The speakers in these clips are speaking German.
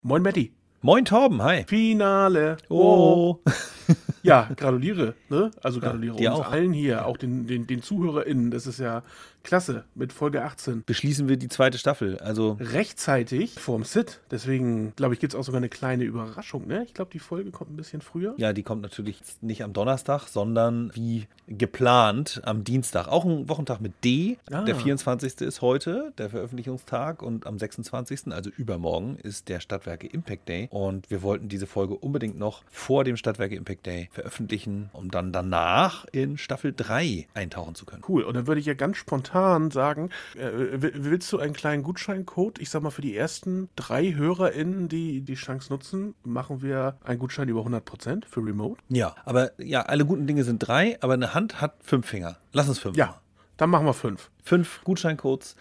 Moin Matti. Moin Torben, hi. Finale. Oh. Ja, gratuliere, ne? Also Ja, gratuliere dir uns auch. allen hier, auch den ZuhörerInnen. Das ist ja klasse mit Folge 18. Beschließen wir die zweite Staffel. Also, Rechtzeitig vorm Sit. Deswegen, glaube ich, gibt es auch sogar eine kleine Überraschung, ne? Ich glaube, die Folge kommt ein bisschen früher. ja, die kommt natürlich nicht am Donnerstag, sondern wie geplant am Dienstag. Auch ein Wochentag mit D. Der 24. ist heute, der Veröffentlichungstag. Und am 26., also übermorgen, ist der Stadtwerke Impact Day. Und wir wollten diese Folge unbedingt noch vor dem Stadtwerke Impact Day veröffentlichen, um dann danach in Staffel 3 eintauchen zu können. Cool. Und dann würde ich ja ganz spontan sagen, willst du einen kleinen Gutscheincode? Ich sag mal, für die ersten 3 HörerInnen, die die Chance nutzen, machen wir einen Gutschein über 100% für Remote. Ja, aber ja, alle guten Dinge sind 3, aber eine Hand hat 5 Finger. Lass uns 5 Ja, machen. dann machen wir 5. 5 Gutscheincodes,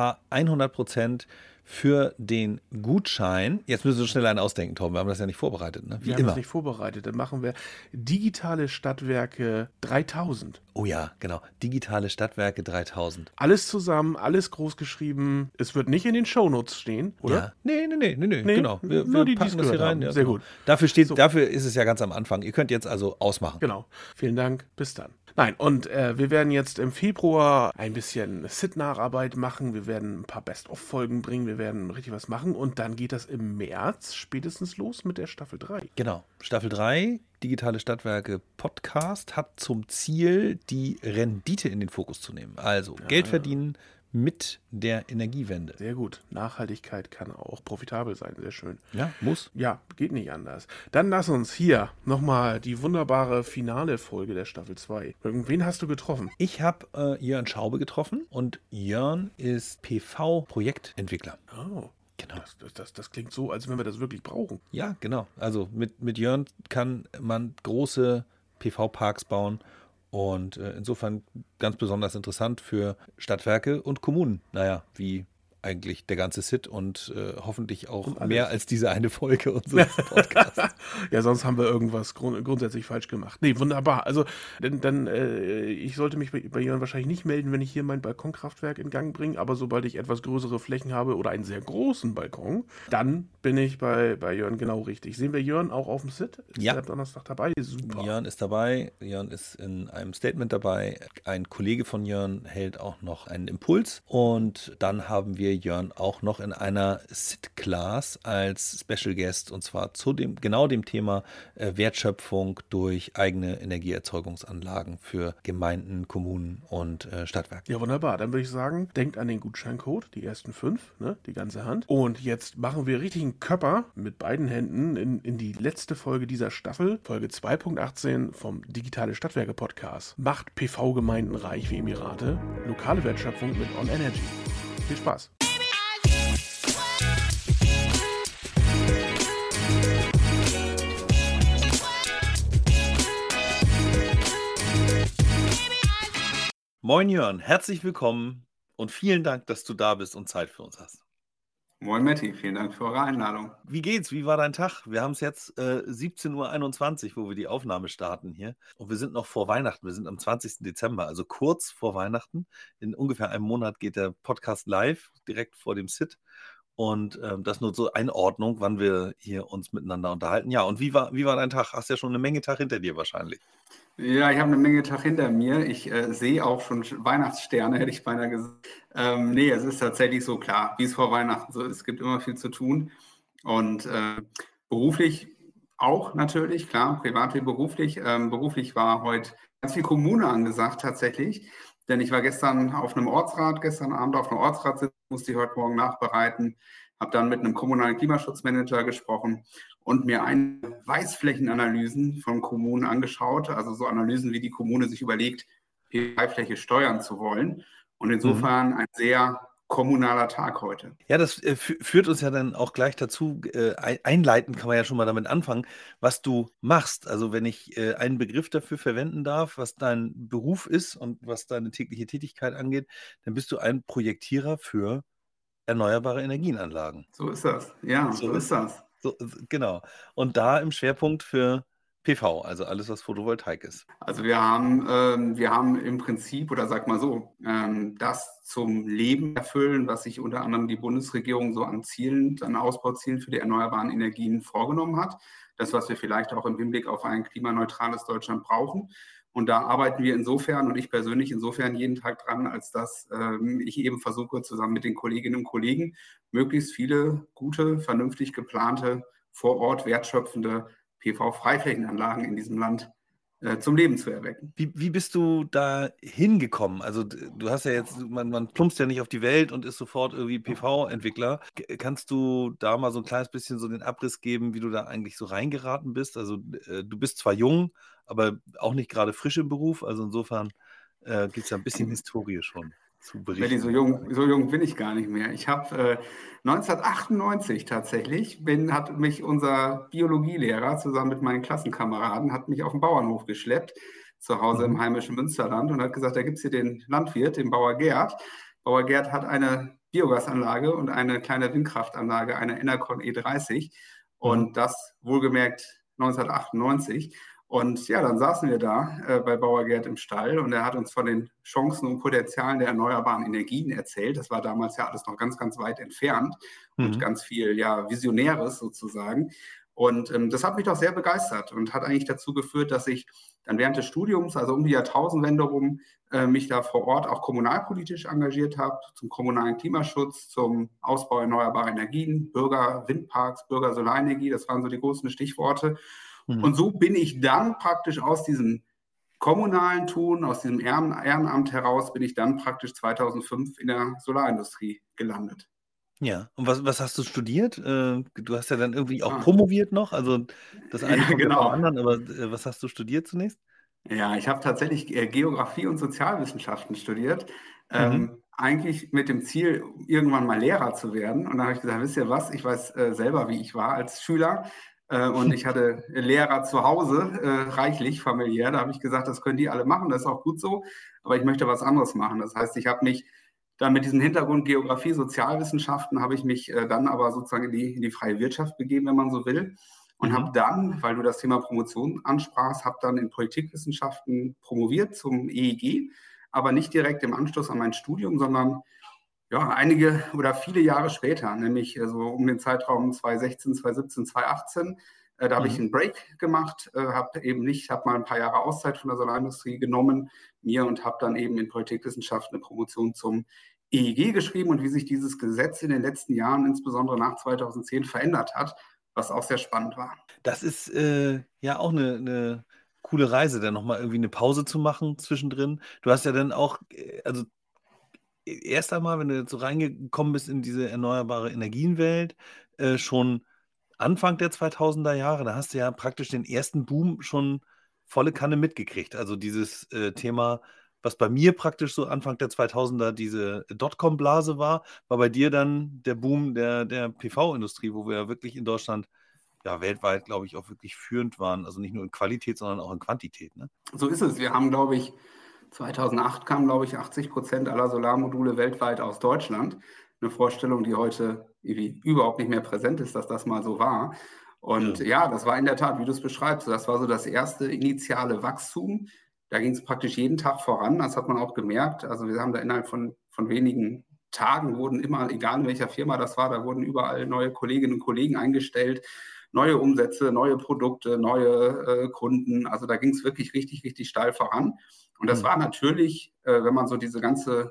100% für den Gutschein. Jetzt müssen wir schnell einen ausdenken, Tom. Wir haben das ja nicht vorbereitet, ne? Wie Wir haben immer. das nicht vorbereitet. Dann machen wir digitale Stadtwerke 3000. Oh ja, genau. Digitale Stadtwerke 3000. Alles zusammen, alles groß geschrieben. Es wird nicht in den Shownotes stehen, oder? Ja. Nee, genau. Wir nur die, die packen es das hier gehört rein. haben. Ja, Sehr genau. gut. Dafür ist es ja ganz am Anfang. Ihr könnt jetzt also ausmachen. Genau. Vielen Dank. Bis dann. Nein, und wir werden jetzt im Februar ein bisschen Sit-Nacharbeit machen. Wir werden ein paar Best-of-Folgen bringen. Wir werden richtig was machen. Und dann geht das im März spätestens los mit der Staffel 3. Genau. Staffel 3, Digitale Stadtwerke Podcast, hat zum Ziel, die Rendite in den Fokus zu nehmen. Also Geld verdienen mit der Energiewende. Sehr gut. Nachhaltigkeit kann auch profitabel sein. Sehr schön. Ja, muss. Ja, geht nicht anders. Dann lass uns hier nochmal die wunderbare finale Folge der Staffel 2. Wen hast du getroffen? Ich habe Jörn Schaube getroffen und Jörn ist PV-Projektentwickler. Oh, Genau. das klingt so, als wenn wir das wirklich brauchen. Ja, genau. Also mit Jörn kann man große PV-Parks bauen und insofern ganz besonders interessant für Stadtwerke und Kommunen. Naja, wie eigentlich der ganze Sit und hoffentlich auch mehr als diese eine Folge unseres Podcasts. Ja, sonst haben wir irgendwas grundsätzlich falsch gemacht. Nee, wunderbar. Also, ich sollte mich bei Jörn wahrscheinlich nicht melden, wenn ich hier mein Balkonkraftwerk in Gang bringe, aber sobald ich etwas größere Flächen habe oder einen sehr großen Balkon, dann bin ich bei Jörn genau richtig. Sehen wir Jörn auch auf dem Sit? Ist Ja. der Donnerstag dabei? Super. Jörn ist dabei, Jörn ist in einem Statement dabei. Ein Kollege von Jörn hält auch noch einen Impuls und dann haben wir Jörn auch noch in einer Sit-Class als Special Guest und zwar zu genau dem Thema Wertschöpfung durch eigene Energieerzeugungsanlagen für Gemeinden, Kommunen und Stadtwerke. Ja, wunderbar. Dann würde ich sagen, denkt an den Gutscheincode, die ersten 5, ne, die ganze Hand. Und jetzt machen wir richtig einen Körper mit beiden Händen in die letzte Folge dieser Staffel, Folge 2.18 vom Digitale Stadtwerke Podcast. Macht PV-Gemeinden reich wie Emirate, lokale Wertschöpfung mit On Energy. Viel Spaß. Moin Jörn, herzlich willkommen und vielen Dank, dass du da bist und Zeit für uns hast. Moin Matti, vielen Dank für eure Einladung. Wie geht's? Wie war dein Tag? Wir haben es jetzt 17:21 Uhr, wo wir die Aufnahme starten hier. Und wir sind noch vor Weihnachten. Wir sind am 20. Dezember, also kurz vor Weihnachten. In ungefähr einem Monat geht der Podcast live, direkt vor dem Sit. Und das nur zur Einordnung, wann wir hier uns miteinander unterhalten. Ja, und wie war dein Tag? Hast ja schon eine Menge Tag hinter dir wahrscheinlich. Ja, ich habe eine Menge Tag hinter mir. Ich sehe auch schon Weihnachtssterne, hätte ich beinahe gesagt. Nee, es ist tatsächlich so klar, wie es vor Weihnachten so ist. Es gibt immer viel zu tun. Und beruflich auch natürlich, klar, privat wie beruflich. Beruflich war heute ganz viel Kommune angesagt tatsächlich. Denn ich war gestern auf einem Ortsrat, gestern Abend auf einer Ortsratssitzung, musste ich heute Morgen nachbereiten, habe dann mit einem kommunalen Klimaschutzmanager gesprochen und mir Weißflächenanalysen von Kommunen angeschaut, also so Analysen, wie die Kommune sich überlegt, PV-Fläche steuern zu wollen. Und insofern ein sehr kommunaler Tag heute. Ja, das führt uns ja dann auch gleich dazu, einleiten kann man ja schon mal damit anfangen, was du machst. Also wenn ich einen Begriff dafür verwenden darf, was dein Beruf ist und was deine tägliche Tätigkeit angeht, dann bist du ein Projektierer für erneuerbare Energienanlagen. So ist das, ja, so ist das. So, genau. Und da im Schwerpunkt für PV, also alles, was Photovoltaik ist. Also wir haben im Prinzip, oder sag mal so, das zum Leben erfüllen, was sich unter anderem die Bundesregierung so an Ausbauzielen für die erneuerbaren Energien vorgenommen hat. Das, was wir vielleicht auch im Hinblick auf ein klimaneutrales Deutschland brauchen. Und da arbeiten wir insofern und ich persönlich insofern jeden Tag dran, als dass ich eben versuche, zusammen mit den Kolleginnen und Kollegen möglichst viele gute, vernünftig geplante, vor Ort wertschöpfende PV-Freiflächenanlagen in diesem Land zum Leben zu erwecken. Wie bist du da hingekommen? Also du hast ja jetzt, man plumpst ja nicht auf die Welt und ist sofort irgendwie PV-Entwickler. Kannst du da mal so ein kleines bisschen so den Abriss geben, wie du da eigentlich so reingeraten bist? Also du bist zwar jung, aber auch nicht gerade frisch im Beruf. Also insofern gibt es ja ein bisschen Historie schon zu Melli, berichten. so jung bin ich gar nicht mehr. Ich habe 1998 tatsächlich, hat mich unser Biologielehrer zusammen mit meinen Klassenkameraden, hat mich auf den Bauernhof geschleppt, zu Hause im heimischen Münsterland und hat gesagt, da gibt es hier den Landwirt, den Bauer Gerd. Bauer Gerd hat eine Biogasanlage und eine kleine Windkraftanlage, eine Enercon E30 und das wohlgemerkt 1998. Und ja, dann saßen wir da bei Bauer Gerd im Stall und er hat uns von den Chancen und Potenzialen der erneuerbaren Energien erzählt. Das war damals ja alles noch ganz, ganz weit entfernt und ganz viel Visionäres sozusagen. Und das hat mich doch sehr begeistert und hat eigentlich dazu geführt, dass ich dann während des Studiums, also um die Jahrtausendwende rum, mich da vor Ort auch kommunalpolitisch engagiert habe, zum kommunalen Klimaschutz, zum Ausbau erneuerbarer Energien, Bürger-Windparks, Bürger-Solarenergie, das waren so die großen Stichworte. Und so bin ich dann praktisch aus diesem kommunalen Tun, aus diesem Ehrenamt heraus, bin ich dann praktisch 2005 in der Solarindustrie gelandet. Ja, und was hast du studiert? Du hast ja dann irgendwie auch promoviert noch, also das eine kommt ja vom anderen, aber was hast du studiert zunächst? Ja, ich habe tatsächlich Geografie und Sozialwissenschaften studiert, eigentlich mit dem Ziel, irgendwann mal Lehrer zu werden. Und da habe ich gesagt, wisst ihr was, ich weiß selber, wie ich war als Schüler. Und ich hatte Lehrer zu Hause, reichlich familiär. Da habe ich gesagt, das können die alle machen, das ist auch gut so. Aber ich möchte was anderes machen. Das heißt, ich habe mich dann mit diesem Hintergrund Geografie, Sozialwissenschaften, habe ich mich dann aber sozusagen in die freie Wirtschaft begeben, wenn man so will. Und habe dann, weil du das Thema Promotion ansprachst, habe dann in Politikwissenschaften promoviert zum EEG, aber nicht direkt im Anschluss an mein Studium, sondern ja, einige oder viele Jahre später, nämlich so um den Zeitraum 2016, 2017, 2018. Da habe ich einen Break gemacht, habe mal ein paar Jahre Auszeit von der Solarindustrie genommen und habe dann eben in Politikwissenschaften eine Promotion zum EEG geschrieben und wie sich dieses Gesetz in den letzten Jahren, insbesondere nach 2010, verändert hat, was auch sehr spannend war. Das ist ja auch eine coole Reise, dann nochmal irgendwie eine Pause zu machen zwischendrin. Du hast ja dann auch, also erst einmal, wenn du jetzt so reingekommen bist in diese erneuerbare Energienwelt, schon Anfang der 2000er Jahre, da hast du ja praktisch den ersten Boom schon volle Kanne mitgekriegt. Also dieses Thema, was bei mir praktisch so Anfang der 2000er diese Dotcom-Blase war bei dir dann der Boom der PV-Industrie, wo wir ja wirklich in Deutschland ja weltweit, glaube ich, auch wirklich führend waren. Also nicht nur in Qualität, sondern auch in Quantität. Ne? So ist es. Wir haben, glaube ich, 2008 kamen, glaube ich, 80% aller Solarmodule weltweit aus Deutschland. Eine Vorstellung, die heute irgendwie überhaupt nicht mehr präsent ist, dass das mal so war. Und ja, das war in der Tat, wie du es beschreibst, das war so das erste initiale Wachstum. Da ging es praktisch jeden Tag voran, das hat man auch gemerkt. Also wir haben da innerhalb von wenigen Tagen wurden immer, egal in welcher Firma das war, da wurden überall neue Kolleginnen und Kollegen eingestellt, neue Umsätze, neue Produkte, neue Kunden. Also da ging es wirklich richtig, richtig steil voran. Und das war natürlich, wenn man so diese ganze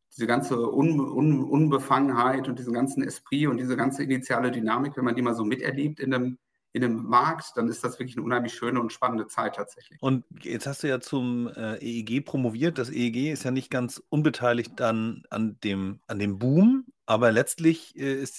Unbefangenheit und diesen ganzen Esprit und diese ganze initiale Dynamik, wenn man die mal so miterlebt in einem Markt, dann ist das wirklich eine unheimlich schöne und spannende Zeit tatsächlich. Und jetzt hast du ja zum EEG promoviert. Das EEG ist ja nicht ganz unbeteiligt dann an dem Boom, aber letztlich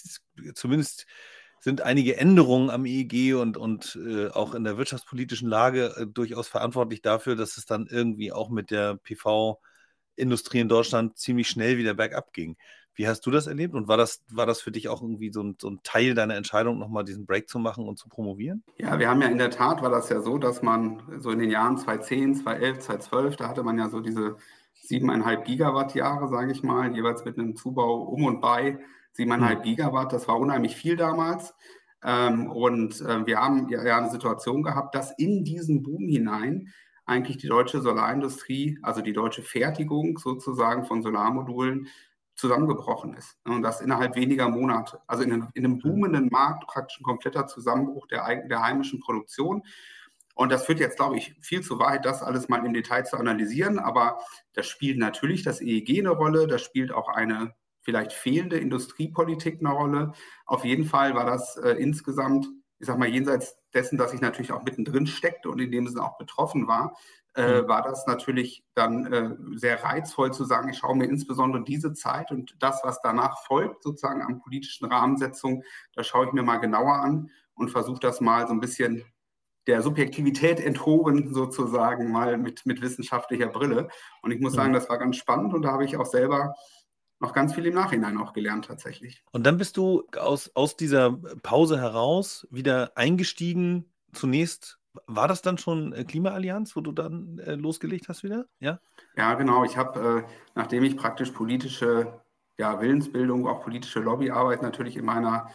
sind einige Änderungen am EEG und auch in der wirtschaftspolitischen Lage durchaus verantwortlich dafür, dass es dann irgendwie auch mit der PV-Industrie in Deutschland ziemlich schnell wieder bergab ging. Wie hast du das erlebt und war das für dich auch irgendwie so ein Teil deiner Entscheidung, nochmal diesen Break zu machen und zu promovieren? Ja, wir haben ja in der Tat, war das ja so, dass man so in den Jahren 2010, 2011, 2012, da hatte man ja so diese 7,5 Gigawatt-Jahre, sage ich mal, jeweils mit einem Zubau um und bei 7,5 Gigawatt. Das war unheimlich viel damals. Wir haben ja eine Situation gehabt, dass in diesen Boom hinein eigentlich die deutsche Solarindustrie, also die deutsche Fertigung sozusagen von Solarmodulen, zusammengebrochen ist. Und das innerhalb weniger Monate. Also in einem boomenden Markt praktisch ein kompletter Zusammenbruch der heimischen Produktion. Und das führt jetzt, glaube ich, viel zu weit, das alles mal im Detail zu analysieren. Aber das spielt natürlich das EEG eine Rolle. Das spielt auch eine vielleicht fehlende Industriepolitik eine Rolle. Auf jeden Fall war das insgesamt, ich sag mal, jenseits dessen, dass ich natürlich auch mittendrin steckte und in dem Sinne auch betroffen war, war das natürlich dann sehr reizvoll zu sagen, ich schaue mir insbesondere diese Zeit und das, was danach folgt, sozusagen an politischen Rahmensetzungen, da schaue ich mir mal genauer an und versuche das mal so ein bisschen der Subjektivität enthoben, sozusagen mal mit wissenschaftlicher Brille. Und ich muss sagen, das war ganz spannend und da habe ich auch selber noch ganz viel im Nachhinein auch gelernt tatsächlich. Und dann bist du aus dieser Pause heraus wieder eingestiegen. Zunächst, war das dann schon Klimaallianz, wo du dann losgelegt hast wieder? Ja? Ja, genau. Ich habe, nachdem ich praktisch politische Willensbildung, auch politische Lobbyarbeit natürlich in meiner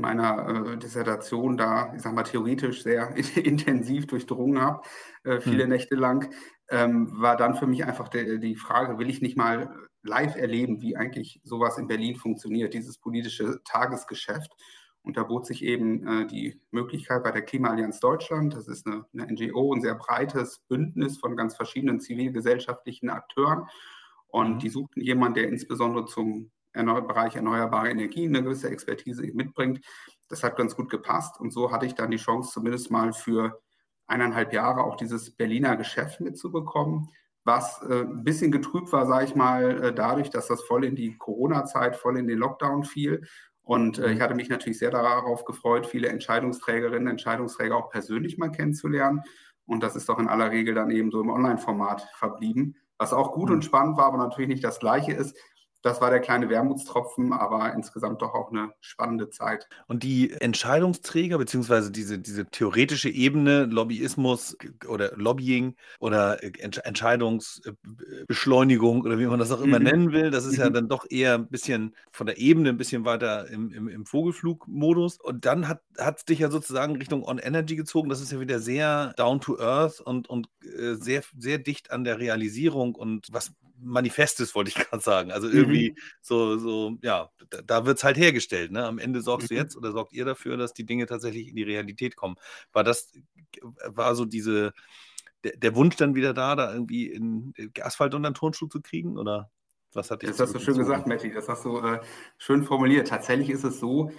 Dissertation da, ich sag mal, theoretisch sehr intensiv durchdrungen habe, viele Nächte lang, war dann für mich einfach die Frage, will ich nicht mal live erleben, wie eigentlich sowas in Berlin funktioniert, dieses politische Tagesgeschäft. Und da bot sich eben die Möglichkeit bei der Klimaallianz Deutschland, das ist eine NGO, ein sehr breites Bündnis von ganz verschiedenen zivilgesellschaftlichen Akteuren. Und die suchten jemanden, der insbesondere zum Bereich erneuerbare Energien eine gewisse Expertise mitbringt. Das hat ganz gut gepasst. Und so hatte ich dann die Chance, zumindest mal für 1,5 Jahre auch dieses Berliner Geschäft mitzubekommen, was ein bisschen getrübt war, sage ich mal, dadurch, dass das voll in die Corona-Zeit, voll in den Lockdown fiel. Und ich hatte mich natürlich sehr darauf gefreut, viele Entscheidungsträgerinnen, Entscheidungsträger auch persönlich mal kennenzulernen. Und das ist doch in aller Regel dann eben so im Online-Format verblieben, was auch gut und spannend war, aber natürlich nicht das Gleiche ist. Das war der kleine Wermutstropfen, aber insgesamt doch auch eine spannende Zeit. Und die Entscheidungsträger, beziehungsweise diese theoretische Ebene, Lobbyismus oder Lobbying oder Entscheidungsbeschleunigung oder wie man das auch immer nennen will, das ist ja dann doch eher ein bisschen von der Ebene ein bisschen weiter im Vogelflugmodus. Und dann hat es dich ja sozusagen Richtung On Energy gezogen. Das ist ja wieder sehr down to earth und sehr, sehr dicht an der Realisierung und was Manifestes, wollte ich gerade sagen. Also irgendwie da wird es halt hergestellt. Ne? Am Ende sorgst du jetzt oder sorgt ihr dafür, dass die Dinge tatsächlich in die Realität kommen. War so der Wunsch dann wieder da irgendwie in Asphalt unter den Turnschuh zu kriegen? Oder was hat dich Das hast du schön gesagt, Matti. Das hast du schön formuliert. Tatsächlich ist es so,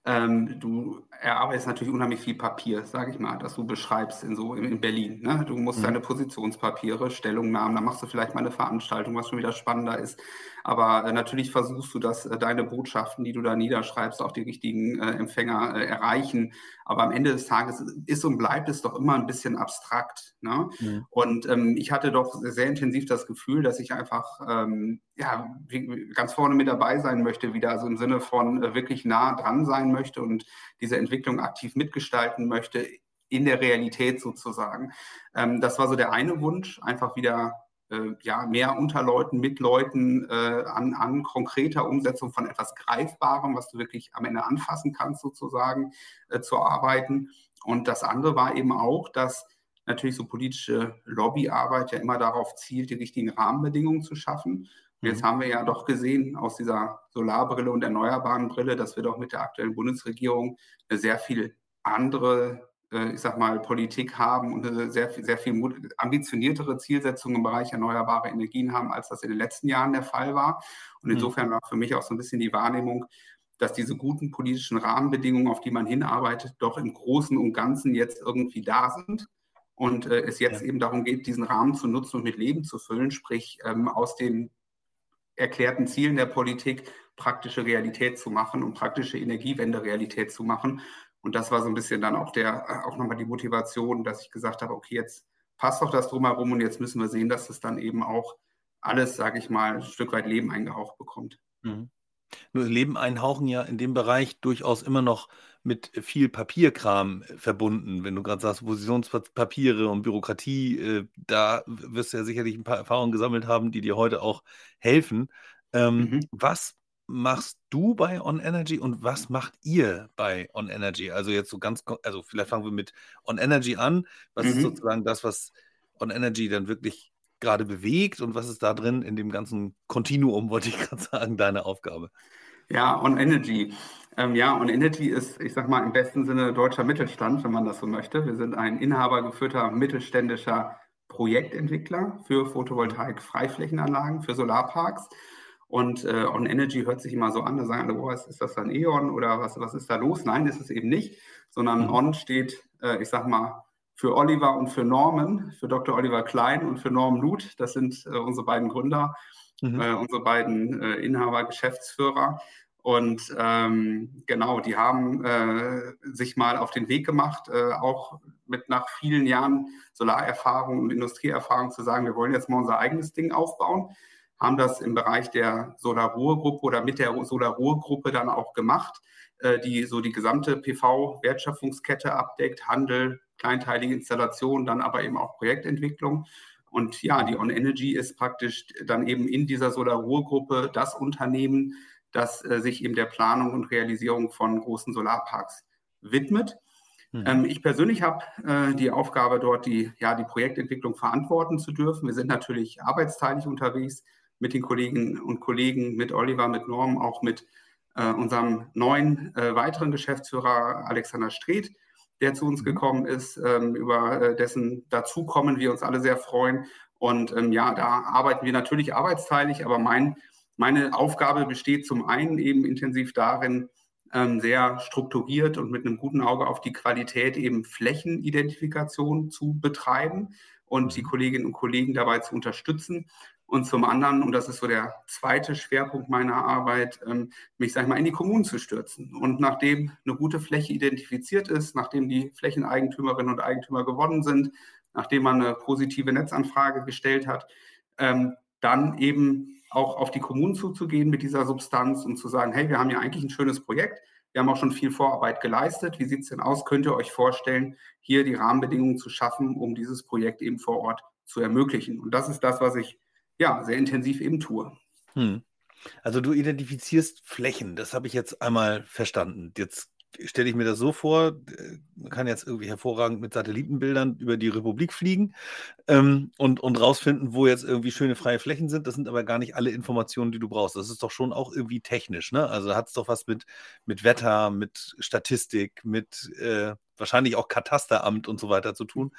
du erarbeitest natürlich unheimlich viel Papier, sage ich mal, das du beschreibst in Berlin. Ne? Du musst deine Positionspapiere, Stellungnahmen, dann machst du vielleicht mal eine Veranstaltung, was schon wieder spannender ist. Aber natürlich versuchst du, dass deine Botschaften, die du da niederschreibst, auch die richtigen Empfänger erreichen. Aber am Ende des Tages ist und bleibt es doch immer ein bisschen abstrakt. Ne? Und ich hatte doch sehr intensiv das Gefühl, dass ich einfach ganz vorne mit dabei sein möchte, wieder, also im Sinne von wirklich nah dran sein möchte und diese Entwicklung aktiv mitgestalten möchte, in der Realität sozusagen. Das war so der eine Wunsch, einfach wieder mehr unter Leuten, mit Leuten an konkreter Umsetzung von etwas Greifbarem, was du wirklich am Ende anfassen kannst sozusagen, zu arbeiten. Und das andere war eben auch, dass natürlich so politische Lobbyarbeit ja immer darauf zielt, die richtigen Rahmenbedingungen zu schaffen. Und jetzt haben wir ja doch gesehen aus dieser Solarbrille und erneuerbaren Brille, dass wir doch mit der aktuellen Bundesregierung eine sehr viel andere, ich sag mal, Politik haben und eine sehr viel ambitioniertere Zielsetzung im Bereich erneuerbare Energien haben, als das in den letzten Jahren der Fall war. Und insofern war für mich auch so ein bisschen die Wahrnehmung, dass diese guten politischen Rahmenbedingungen, auf die man hinarbeitet, doch im Großen und Ganzen jetzt irgendwie da sind. Und es jetzt eben darum geht, diesen Rahmen zu nutzen und mit Leben zu füllen, sprich aus den erklärten Zielen der Politik praktische Realität zu machen und praktische Energiewende Realität zu machen. Und das war so ein bisschen dann auch nochmal die Motivation, dass ich gesagt habe, okay, jetzt passt doch das drumherum und jetzt müssen wir sehen, dass es dann eben auch alles, sage ich mal, ein Stück weit Leben eingehaucht bekommt. Nur Leben einhauchen ja in dem Bereich durchaus immer noch mit viel Papierkram verbunden. Wenn du gerade sagst, Positionspapiere und Bürokratie, da wirst du ja sicherlich ein paar Erfahrungen gesammelt haben, die dir heute auch helfen. Was machst du bei On Energy und was macht ihr bei On Energy? Also jetzt so also vielleicht fangen wir mit On Energy an. Was ist Mhm. sozusagen das, was On Energy dann wirklich gerade bewegt und was ist da drin in dem ganzen Kontinuum, wollte ich gerade sagen, deine Aufgabe? Ja, On Energy. Ja, On Energy ist, ich sag mal, im besten Sinne deutscher Mittelstand, wenn man das so möchte. Wir sind ein inhabergeführter mittelständischer Projektentwickler für Mhm. Photovoltaik-Freiflächenanlagen, für Solarparks. Und On Energy hört sich immer so an, da sagen alle, oh, ist das dann E.ON oder was ist da los? Nein, ist es eben nicht, sondern Mhm. On steht, ich sag mal, für Oliver und für Norman, für Dr. Oliver Klein und für Norm Luth. Das sind unsere beiden Gründer, Mhm. unsere beiden Inhaber, Geschäftsführer. Und genau, die haben sich mal auf den Weg gemacht, auch nach vielen Jahren Solarerfahrung und Industrieerfahrung zu sagen, wir wollen jetzt mal unser eigenes Ding aufbauen, haben das im Bereich der Solar-Ruhr-Gruppe oder mit der Solar-Ruhr-Gruppe dann auch gemacht, die so die gesamte PV-Wertschöpfungskette abdeckt, Handel, kleinteilige Installation, dann aber eben auch Projektentwicklung. Und ja, die On Energy ist praktisch dann eben in dieser Solar-Ruhr-Gruppe das Unternehmen, das sich eben der Planung und Realisierung von großen Solarparks widmet. Mhm. Ich persönlich habe die Aufgabe, dort die Projektentwicklung verantworten zu dürfen. Wir sind natürlich arbeitsteilig unterwegs mit den Kolleginnen und Kollegen, mit Oliver, mit Norm, auch mit unserem neuen weiteren Geschäftsführer Alexander Streeth, der zu uns Mhm. gekommen ist, über dessen Dazukommen wir uns alle sehr freuen. Und ja, da arbeiten wir natürlich arbeitsteilig, aber meine Aufgabe besteht zum einen eben intensiv darin, sehr strukturiert und mit einem guten Auge auf die Qualität eben Flächenidentifikation zu betreiben und die Mhm. Kolleginnen und Kollegen dabei zu unterstützen. Und zum anderen, und das ist so der zweite Schwerpunkt meiner Arbeit, mich, sag ich mal, in die Kommunen zu stürzen. Und nachdem eine gute Fläche identifiziert ist, nachdem die Flächeneigentümerinnen und Eigentümer gewonnen sind, nachdem man eine positive Netzanfrage gestellt hat, dann eben auch auf die Kommunen zuzugehen mit dieser Substanz und zu sagen, hey, wir haben ja eigentlich ein schönes Projekt, wir haben auch schon viel Vorarbeit geleistet, wie sieht es denn aus? Könnt ihr euch vorstellen, hier die Rahmenbedingungen zu schaffen, um dieses Projekt eben vor Ort zu ermöglichen? Und das ist das, was ich ja sehr intensiv eben tue. Mhm. Also du identifizierst Flächen, das habe ich jetzt einmal verstanden. Jetzt stelle ich mir das so vor, man kann jetzt irgendwie hervorragend mit Satellitenbildern über die Republik fliegen und rausfinden, wo jetzt irgendwie schöne freie Flächen sind. Das sind aber gar nicht alle Informationen, die du brauchst. Das ist doch schon auch irgendwie technisch, ne? Also hat es doch was mit Wetter, mit Statistik, mit wahrscheinlich auch Katasteramt und so weiter zu tun.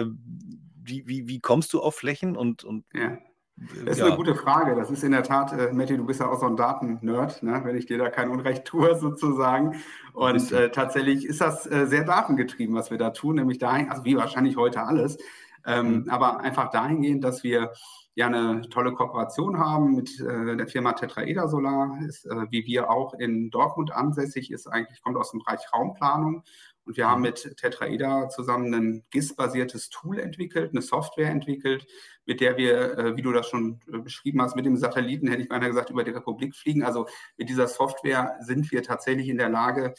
Wie kommst du auf Flächen und Ja. Das ist eine ja. gute Frage. Das ist in der Tat, Matti, du bist ja auch so ein Daten-Nerd, ne? Wenn ich dir da kein Unrecht tue, sozusagen. Ein Und bisschen. tatsächlich ist das sehr datengetrieben, was wir da tun, nämlich dahin, also wie wahrscheinlich heute alles, Mhm. aber einfach dahingehend, dass wir ja eine tolle Kooperation haben mit der Firma Tetraeder Solar, ist wie wir auch in Dortmund ansässig, kommt aus dem Bereich Raumplanung. Und wir haben Mhm. mit Tetraeder zusammen ein GIS-basiertes Tool entwickelt, eine Software entwickelt, mit der wir, wie du das schon beschrieben hast, mit dem Satelliten, hätte ich beinahe gesagt, über die Republik fliegen. Also mit dieser Software sind wir tatsächlich in der Lage,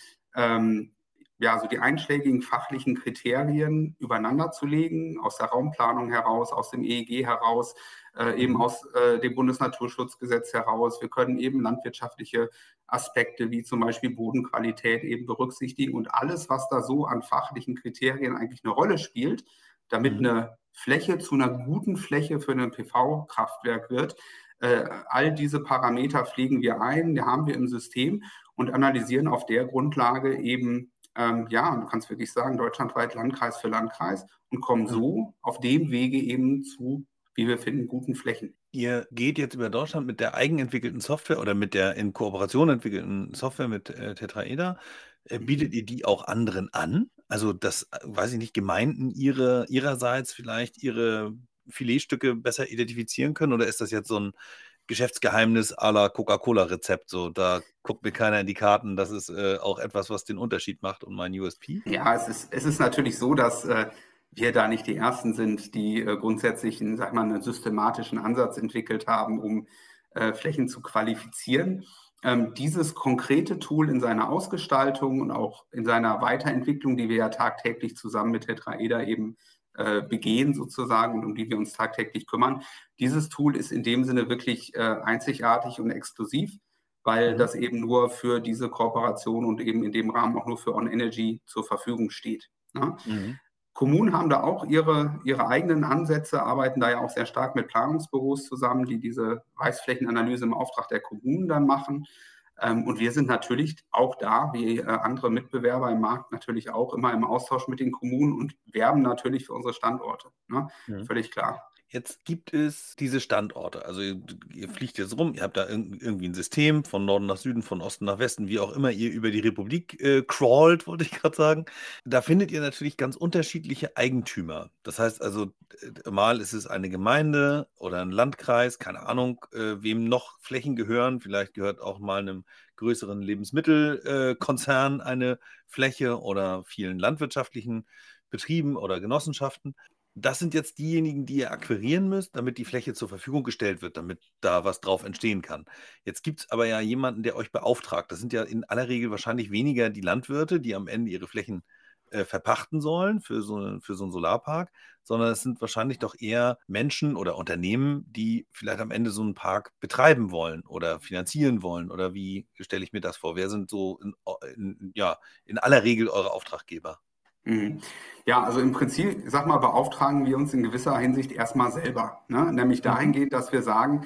ja, so die einschlägigen fachlichen Kriterien übereinander zu legen, aus der Raumplanung heraus, aus dem EEG heraus, eben Mhm. aus dem Bundesnaturschutzgesetz heraus. Wir können eben landwirtschaftliche Aspekte wie zum Beispiel Bodenqualität eben berücksichtigen und alles, was da so an fachlichen Kriterien eigentlich eine Rolle spielt, damit Mhm. eine Fläche zu einer guten Fläche für ein PV-Kraftwerk wird. All diese Parameter pflegen wir ein, die haben wir im System und analysieren auf der Grundlage eben, ja, du kannst wirklich sagen, deutschlandweit Landkreis für Landkreis und kommen Mhm. so auf dem Wege eben zu, wie wir finden, guten Flächen. Ihr geht jetzt über Deutschland mit der eigenentwickelten Software oder mit der in Kooperation entwickelten Software mit Tetraeder. Bietet ihr die auch anderen an? Also, dass, weiß ich nicht, Gemeinden ihrerseits vielleicht ihre Filetstücke besser identifizieren können? Oder ist das jetzt so ein Geschäftsgeheimnis à la Coca-Cola-Rezept? So, da guckt mir keiner in die Karten. Das ist auch etwas, was den Unterschied macht und mein USP? Ja, es ist natürlich so, dass wir da nicht die Ersten sind, die grundsätzlich sag mal, einen systematischen Ansatz entwickelt haben, um Flächen zu qualifizieren. Dieses konkrete Tool in seiner Ausgestaltung und auch in seiner Weiterentwicklung, die wir ja tagtäglich zusammen mit Tetraeder eben begehen sozusagen und um die wir uns tagtäglich kümmern, dieses Tool ist in dem Sinne wirklich einzigartig und exklusiv, weil das eben nur für diese Kooperation und eben in dem Rahmen auch nur für On Energy zur Verfügung steht. Ne? Kommunen haben da auch ihre eigenen Ansätze, arbeiten da ja auch sehr stark mit Planungsbüros zusammen, die diese Weißflächenanalyse im Auftrag der Kommunen dann machen. Und wir sind natürlich auch da, wie andere Mitbewerber im Markt, natürlich auch immer im Austausch mit den Kommunen und werben natürlich für unsere Standorte. Ne? Völlig klar. Jetzt gibt es diese Standorte. Also ihr fliegt jetzt rum, ihr habt da irgendwie ein System von Norden nach Süden, von Osten nach Westen, wie auch immer ihr über die Republik crawlt, wollte ich gerade sagen. Da findet ihr natürlich ganz unterschiedliche Eigentümer. Das heißt also, mal ist es eine Gemeinde oder ein Landkreis, keine Ahnung, wem noch Flächen gehören. Vielleicht gehört auch mal einem größeren Lebensmittelkonzern eine Fläche oder vielen landwirtschaftlichen Betrieben oder Genossenschaften. Das sind jetzt diejenigen, die ihr akquirieren müsst, damit die Fläche zur Verfügung gestellt wird, damit da was drauf entstehen kann. Jetzt gibt es aber ja jemanden, der euch beauftragt. Das sind ja in aller Regel wahrscheinlich weniger die Landwirte, die am Ende ihre Flächen verpachten sollen für so einen Solarpark, sondern es sind wahrscheinlich doch eher Menschen oder Unternehmen, die vielleicht am Ende so einen Park betreiben wollen oder finanzieren wollen. Oder wie stelle ich mir das vor? Wer sind so in aller Regel eure Auftraggeber? Ja, also im Prinzip, sag mal, beauftragen wir uns in gewisser Hinsicht erstmal selber. Ne? Nämlich dahingehend, dass wir sagen,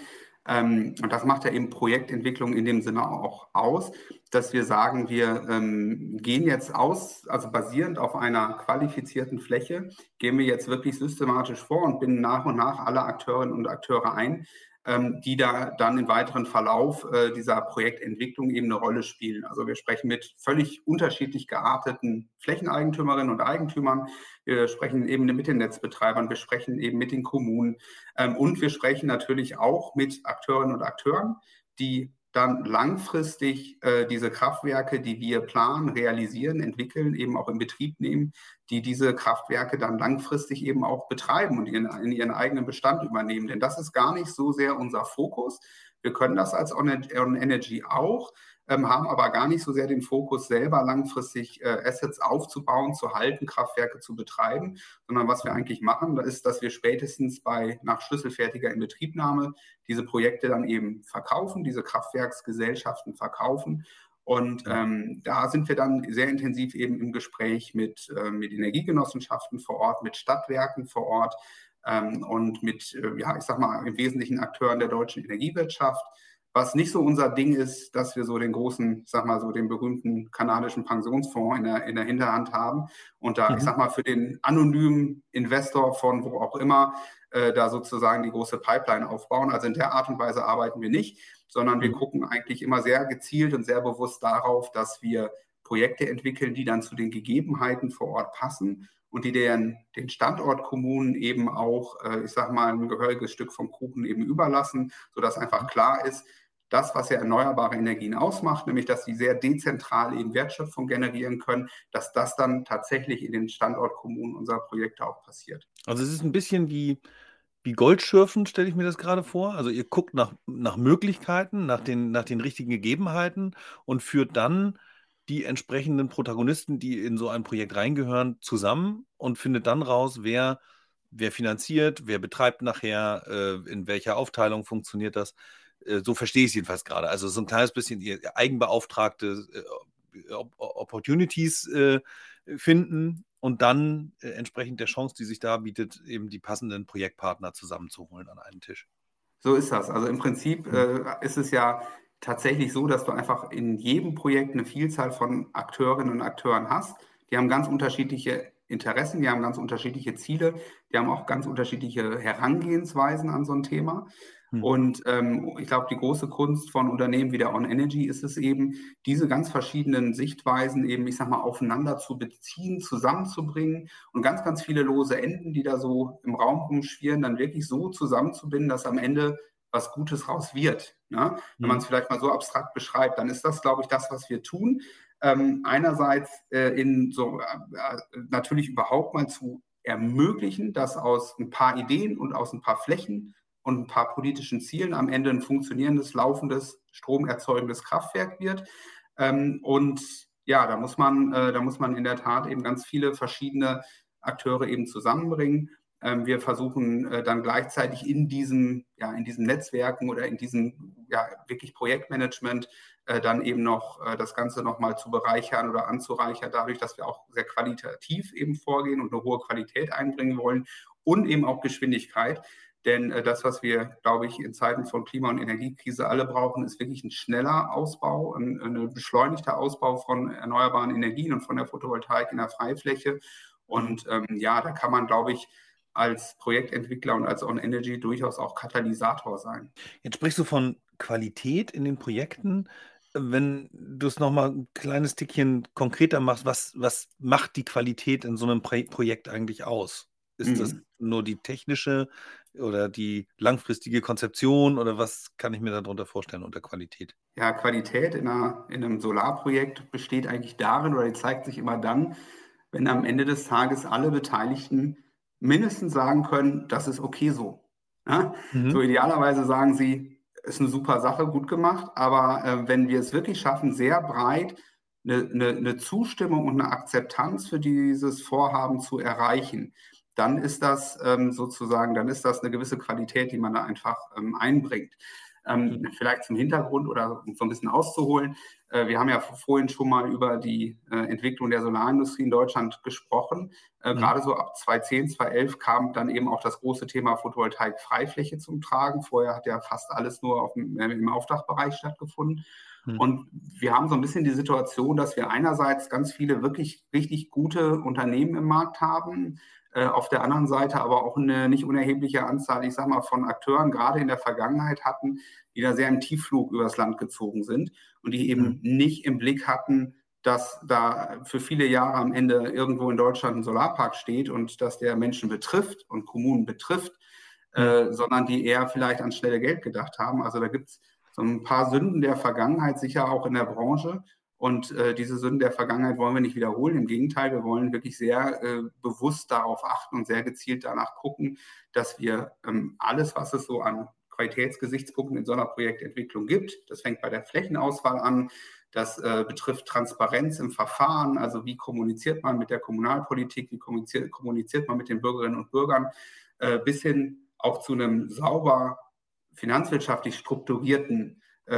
und das macht ja eben Projektentwicklung in dem Sinne auch aus, dass wir sagen, wir gehen jetzt aus, also basierend auf einer qualifizierten Fläche, gehen wir jetzt wirklich systematisch vor und binden nach und nach alle Akteurinnen und Akteure ein, die da dann im weiteren Verlauf dieser Projektentwicklung eben eine Rolle spielen. Also wir sprechen mit völlig unterschiedlich gearteten Flächeneigentümerinnen und Eigentümern, wir sprechen eben mit den Netzbetreibern, wir sprechen eben mit den Kommunen und wir sprechen natürlich auch mit Akteurinnen und Akteuren, die dann langfristig diese Kraftwerke, die wir planen, realisieren, entwickeln, eben auch in Betrieb nehmen, die diese Kraftwerke dann langfristig eben auch betreiben und in ihren eigenen Bestand übernehmen. Denn das ist gar nicht so sehr unser Fokus. Wir können das als On Energy auch, haben aber gar nicht so sehr den Fokus, selber langfristig Assets aufzubauen, zu halten, Kraftwerke zu betreiben, sondern was wir eigentlich machen, ist, dass wir spätestens nach schlüsselfertiger Inbetriebnahme diese Projekte dann eben verkaufen, diese Kraftwerksgesellschaften verkaufen. Und da sind wir dann sehr intensiv eben im Gespräch mit Energiegenossenschaften vor Ort, mit Stadtwerken vor Ort und mit, ich sag mal, im Wesentlichen Akteuren der deutschen Energiewirtschaft. Was nicht so unser Ding ist, dass wir so den großen, ich sag mal so den berühmten kanadischen Pensionsfonds in der Hinterhand haben und da, ich sag mal, für den anonymen Investor von wo auch immer da sozusagen die große Pipeline aufbauen. Also in der Art und Weise arbeiten wir nicht, sondern wir gucken eigentlich immer sehr gezielt und sehr bewusst darauf, dass wir Projekte entwickeln, die dann zu den Gegebenheiten vor Ort passen und die den Standortkommunen eben auch, ich sag mal, ein gehöriges Stück vom Kuchen eben überlassen, sodass einfach klar ist, das, was ja erneuerbare Energien ausmacht, nämlich dass sie sehr dezentral eben Wertschöpfung generieren können, dass das dann tatsächlich in den Standortkommunen unserer Projekte auch passiert. Also es ist ein bisschen wie Goldschürfen, stelle ich mir das gerade vor. Also ihr guckt nach Möglichkeiten, nach den richtigen Gegebenheiten und führt dann die entsprechenden Protagonisten, die in so ein Projekt reingehören, zusammen und findet dann raus, wer finanziert, wer betreibt nachher, in welcher Aufteilung funktioniert das. So verstehe ich es jedenfalls gerade. Also so ein kleines bisschen ihr eigenbeauftragte Opportunities finden und dann entsprechend der Chance, die sich da bietet, eben die passenden Projektpartner zusammenzuholen an einen Tisch. So ist das. Also im Prinzip ist es ja tatsächlich so, dass du einfach in jedem Projekt eine Vielzahl von Akteurinnen und Akteuren hast. Die haben ganz unterschiedliche Interessen, die haben ganz unterschiedliche Ziele, die haben auch ganz unterschiedliche Herangehensweisen an so ein Thema. Und ich glaube, die große Kunst von Unternehmen wie der On Energy ist es eben, diese ganz verschiedenen Sichtweisen eben, ich sag mal, aufeinander zu beziehen, zusammenzubringen und ganz, ganz viele lose Enden, die da so im Raum rumschwirren, dann wirklich so zusammenzubinden, dass am Ende was Gutes raus wird. Ne? Wenn man es vielleicht mal so abstrakt beschreibt, dann ist das, glaube ich, das, was wir tun. Einerseits natürlich überhaupt mal zu ermöglichen, dass aus ein paar Ideen und aus ein paar Flächen und ein paar politischen Zielen am Ende ein funktionierendes, laufendes, stromerzeugendes Kraftwerk wird. Und ja, da muss man in der Tat eben ganz viele verschiedene Akteure eben zusammenbringen. Wir versuchen dann gleichzeitig in diesen Netzwerken oder in diesem wirklich Projektmanagement dann eben noch das Ganze nochmal zu bereichern oder anzureichern, dadurch, dass wir auch sehr qualitativ eben vorgehen und eine hohe Qualität einbringen wollen und eben auch Geschwindigkeit. Denn das, was wir, glaube ich, in Zeiten von Klima- und Energiekrise alle brauchen, ist wirklich ein schneller Ausbau, ein beschleunigter Ausbau von erneuerbaren Energien und von der Photovoltaik in der Freifläche. Und da kann man, glaube ich, als Projektentwickler und als On Energy durchaus auch Katalysator sein. Jetzt sprichst du von Qualität in den Projekten. Wenn du es nochmal ein kleines Tickchen konkreter machst, was macht die Qualität in so einem Projekt eigentlich aus? Ist das nur die technische oder die langfristige Konzeption oder was kann ich mir darunter vorstellen unter Qualität? Ja, Qualität in einem Solarprojekt besteht eigentlich darin oder die zeigt sich immer dann, wenn am Ende des Tages alle Beteiligten mindestens sagen können, das ist okay so. Ja? So idealerweise sagen sie, ist eine super Sache, gut gemacht, aber wenn wir es wirklich schaffen, sehr breit eine Zustimmung und eine Akzeptanz für dieses Vorhaben zu erreichen, dann ist das dann ist das eine gewisse Qualität, die man da einfach einbringt. Vielleicht zum Hintergrund oder um so ein bisschen auszuholen. Wir haben ja vorhin schon mal über die Entwicklung der Solarindustrie in Deutschland gesprochen. Gerade so ab 2010, 2011 kam dann eben auch das große Thema Photovoltaik-Freifläche zum Tragen. Vorher hat ja fast alles nur im Aufdachbereich stattgefunden. Und wir haben so ein bisschen die Situation, dass wir einerseits ganz viele wirklich richtig gute Unternehmen im Markt haben, auf der anderen Seite aber auch eine nicht unerhebliche Anzahl, ich sag mal, von Akteuren gerade in der Vergangenheit hatten, die da sehr im Tiefflug übers Land gezogen sind und die eben nicht im Blick hatten, dass da für viele Jahre am Ende irgendwo in Deutschland ein Solarpark steht und dass der Menschen betrifft und Kommunen betrifft, sondern die eher vielleicht an schnelle Geld gedacht haben. Also da gibt es so ein paar Sünden der Vergangenheit, sicher auch in der Branche. Und diese Sünden der Vergangenheit wollen wir nicht wiederholen. Im Gegenteil, wir wollen wirklich sehr bewusst darauf achten und sehr gezielt danach gucken, dass wir alles, was es so an Qualitätsgesichtspunkten in so einer Projektentwicklung gibt, das fängt bei der Flächenauswahl an, das betrifft Transparenz im Verfahren, also wie kommuniziert man mit der Kommunalpolitik, wie kommuniziert man mit den Bürgerinnen und Bürgern, bis hin auch zu einem sauber finanzwirtschaftlich strukturierten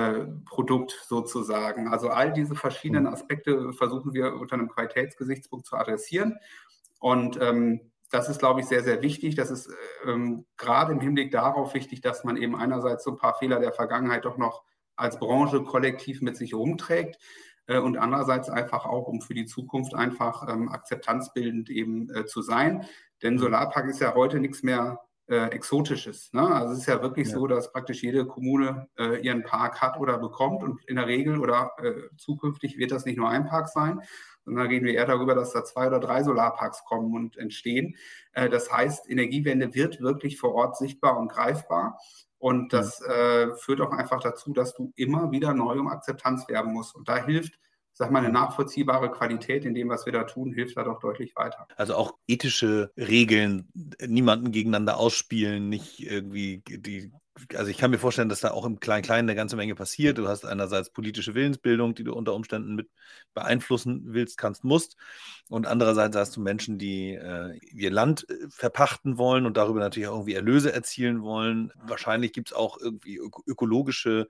Produkt sozusagen. Also all diese verschiedenen Aspekte versuchen wir unter einem Qualitätsgesichtspunkt zu adressieren. Und das ist, glaube ich, sehr, sehr wichtig. Das ist gerade im Hinblick darauf wichtig, dass man eben einerseits so ein paar Fehler der Vergangenheit doch noch als Branche kollektiv mit sich rumträgt und andererseits einfach auch, um für die Zukunft einfach akzeptanzbildend eben zu sein. Denn Solarpark ist ja heute nichts mehr Exotisches. Ne? Also es ist ja wirklich so, dass praktisch jede Kommune ihren Park hat oder bekommt und in der Regel oder zukünftig wird das nicht nur ein Park sein, sondern reden wir eher darüber, dass da 2 oder 3 Solarparks kommen und entstehen. Das heißt, Energiewende wird wirklich vor Ort sichtbar und greifbar. Und das führt auch einfach dazu, dass du immer wieder neu um Akzeptanz werben musst. Und da hilft, sag mal, eine nachvollziehbare Qualität in dem, was wir da tun, hilft da doch deutlich weiter. Also auch ethische Regeln, niemanden gegeneinander ausspielen, nicht irgendwie also ich kann mir vorstellen, dass da auch im Klein-Kleinen eine ganze Menge passiert. Du hast einerseits politische Willensbildung, die du unter Umständen mit beeinflussen willst, musst. Und andererseits hast du Menschen, die ihr Land verpachten wollen und darüber natürlich auch irgendwie Erlöse erzielen wollen. Wahrscheinlich gibt es auch irgendwie ökologischen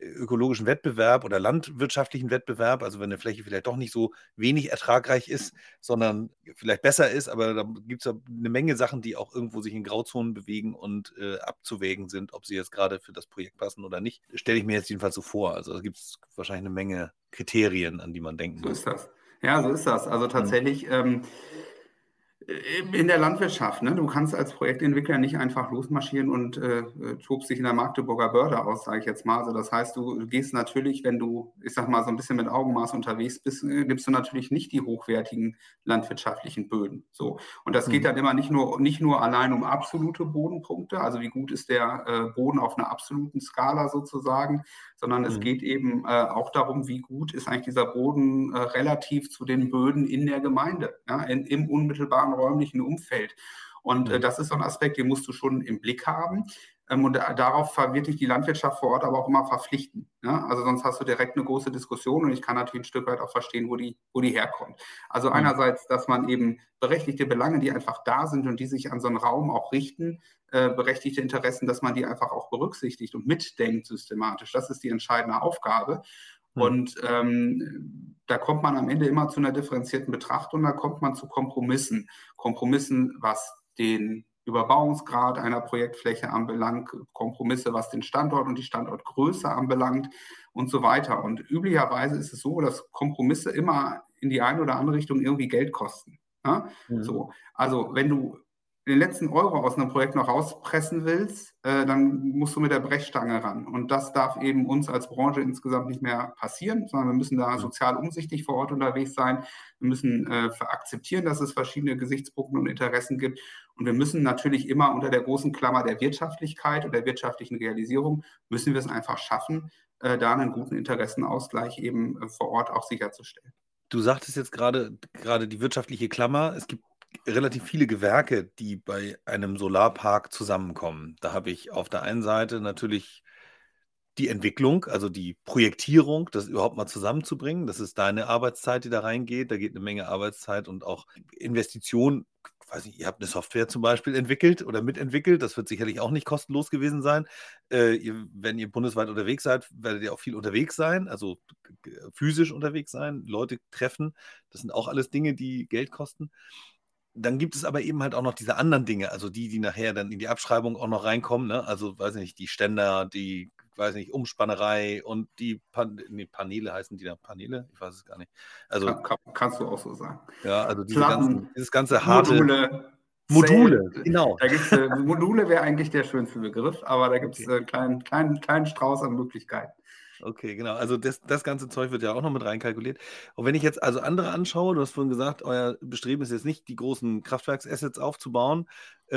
Wettbewerb oder landwirtschaftlichen Wettbewerb, also wenn eine Fläche vielleicht doch nicht so wenig ertragreich ist, sondern vielleicht besser ist, aber da gibt es eine Menge Sachen, die auch irgendwo sich in Grauzonen bewegen und abzuwägen sind, ob sie jetzt gerade für das Projekt passen oder nicht. Stelle ich mir jetzt jedenfalls so vor. Also da gibt es wahrscheinlich eine Menge Kriterien, an die man denken muss. So ist das. Ja, so ist das. Also tatsächlich in der Landwirtschaft, ne? Du kannst als Projektentwickler nicht einfach losmarschieren und tobst dich in der Magdeburger Börde aus, sage ich jetzt mal. Also das heißt, du gehst natürlich, wenn du, ich sag mal, so ein bisschen mit Augenmaß unterwegs bist, nimmst du natürlich nicht die hochwertigen landwirtschaftlichen Böden. So. Und das geht dann immer nicht nur allein um absolute Bodenpunkte, also wie gut ist der Boden auf einer absoluten Skala sozusagen, sondern es geht eben auch darum, wie gut ist eigentlich dieser Boden relativ zu den Böden in der Gemeinde, ja, im unmittelbaren räumlichen Umfeld. Und das ist so ein Aspekt, den musst du schon im Blick haben. Und darauf verwirklicht die Landwirtschaft vor Ort aber auch immer verpflichten. Ne? Also sonst hast du direkt eine große Diskussion und ich kann natürlich ein Stück weit auch verstehen, wo die herkommt. Also einerseits, dass man eben berechtigte Belange, die einfach da sind und die sich an so einen Raum auch richten, berechtigte Interessen, dass man die einfach auch berücksichtigt und mitdenkt systematisch. Das ist die entscheidende Aufgabe. Und da kommt man am Ende immer zu einer differenzierten Betrachtung, da kommt man zu Kompromissen. Kompromissen, was den Überbauungsgrad einer Projektfläche anbelangt, Kompromisse, was den Standort und die Standortgröße anbelangt und so weiter. Und üblicherweise ist es so, dass Kompromisse immer in die eine oder andere Richtung irgendwie Geld kosten. Ja? So, also wenn du den letzten Euro aus einem Projekt noch rauspressen willst, dann musst du mit der Brechstange ran. Und das darf eben uns als Branche insgesamt nicht mehr passieren, sondern wir müssen da sozial umsichtig vor Ort unterwegs sein. Wir müssen akzeptieren, dass es verschiedene Gesichtspunkte und Interessen gibt. Und wir müssen natürlich immer unter der großen Klammer der Wirtschaftlichkeit und der wirtschaftlichen Realisierung, müssen wir es einfach schaffen, da einen guten Interessenausgleich eben vor Ort auch sicherzustellen. Du sagtest jetzt gerade die wirtschaftliche Klammer. Es gibt relativ viele Gewerke, die bei einem Solarpark zusammenkommen. Da habe ich auf der einen Seite natürlich die Entwicklung, also die Projektierung, das überhaupt mal zusammenzubringen. Das ist deine Arbeitszeit, die da reingeht. Da geht eine Menge Arbeitszeit und auch Investition. Weiß nicht, ihr habt eine Software zum Beispiel entwickelt oder mitentwickelt. Das wird sicherlich auch nicht kostenlos gewesen sein. Wenn ihr bundesweit unterwegs seid, werdet ihr auch viel unterwegs sein, also physisch unterwegs sein, Leute treffen. Das sind auch alles Dinge, die Geld kosten. Dann gibt es aber eben halt auch noch diese anderen Dinge, also die nachher dann in die Abschreibung auch noch reinkommen, ne? Also, weiß nicht, die Ständer, die, weiß nicht, Umspannerei und die Paneele, heißen die da Paneele? Ich weiß es gar nicht. Also, kannst du auch so sagen. ja, also Platten, dieses ganze harte Module, genau. Da gibt's, Module wäre eigentlich der schönste Begriff, aber da gibt es einen kleinen Strauß an Möglichkeiten. Okay, genau. Also das ganze Zeug wird ja auch noch mit reinkalkuliert. Und wenn ich jetzt also andere anschaue, du hast vorhin gesagt, euer Bestreben ist jetzt nicht, die großen Kraftwerksassets aufzubauen,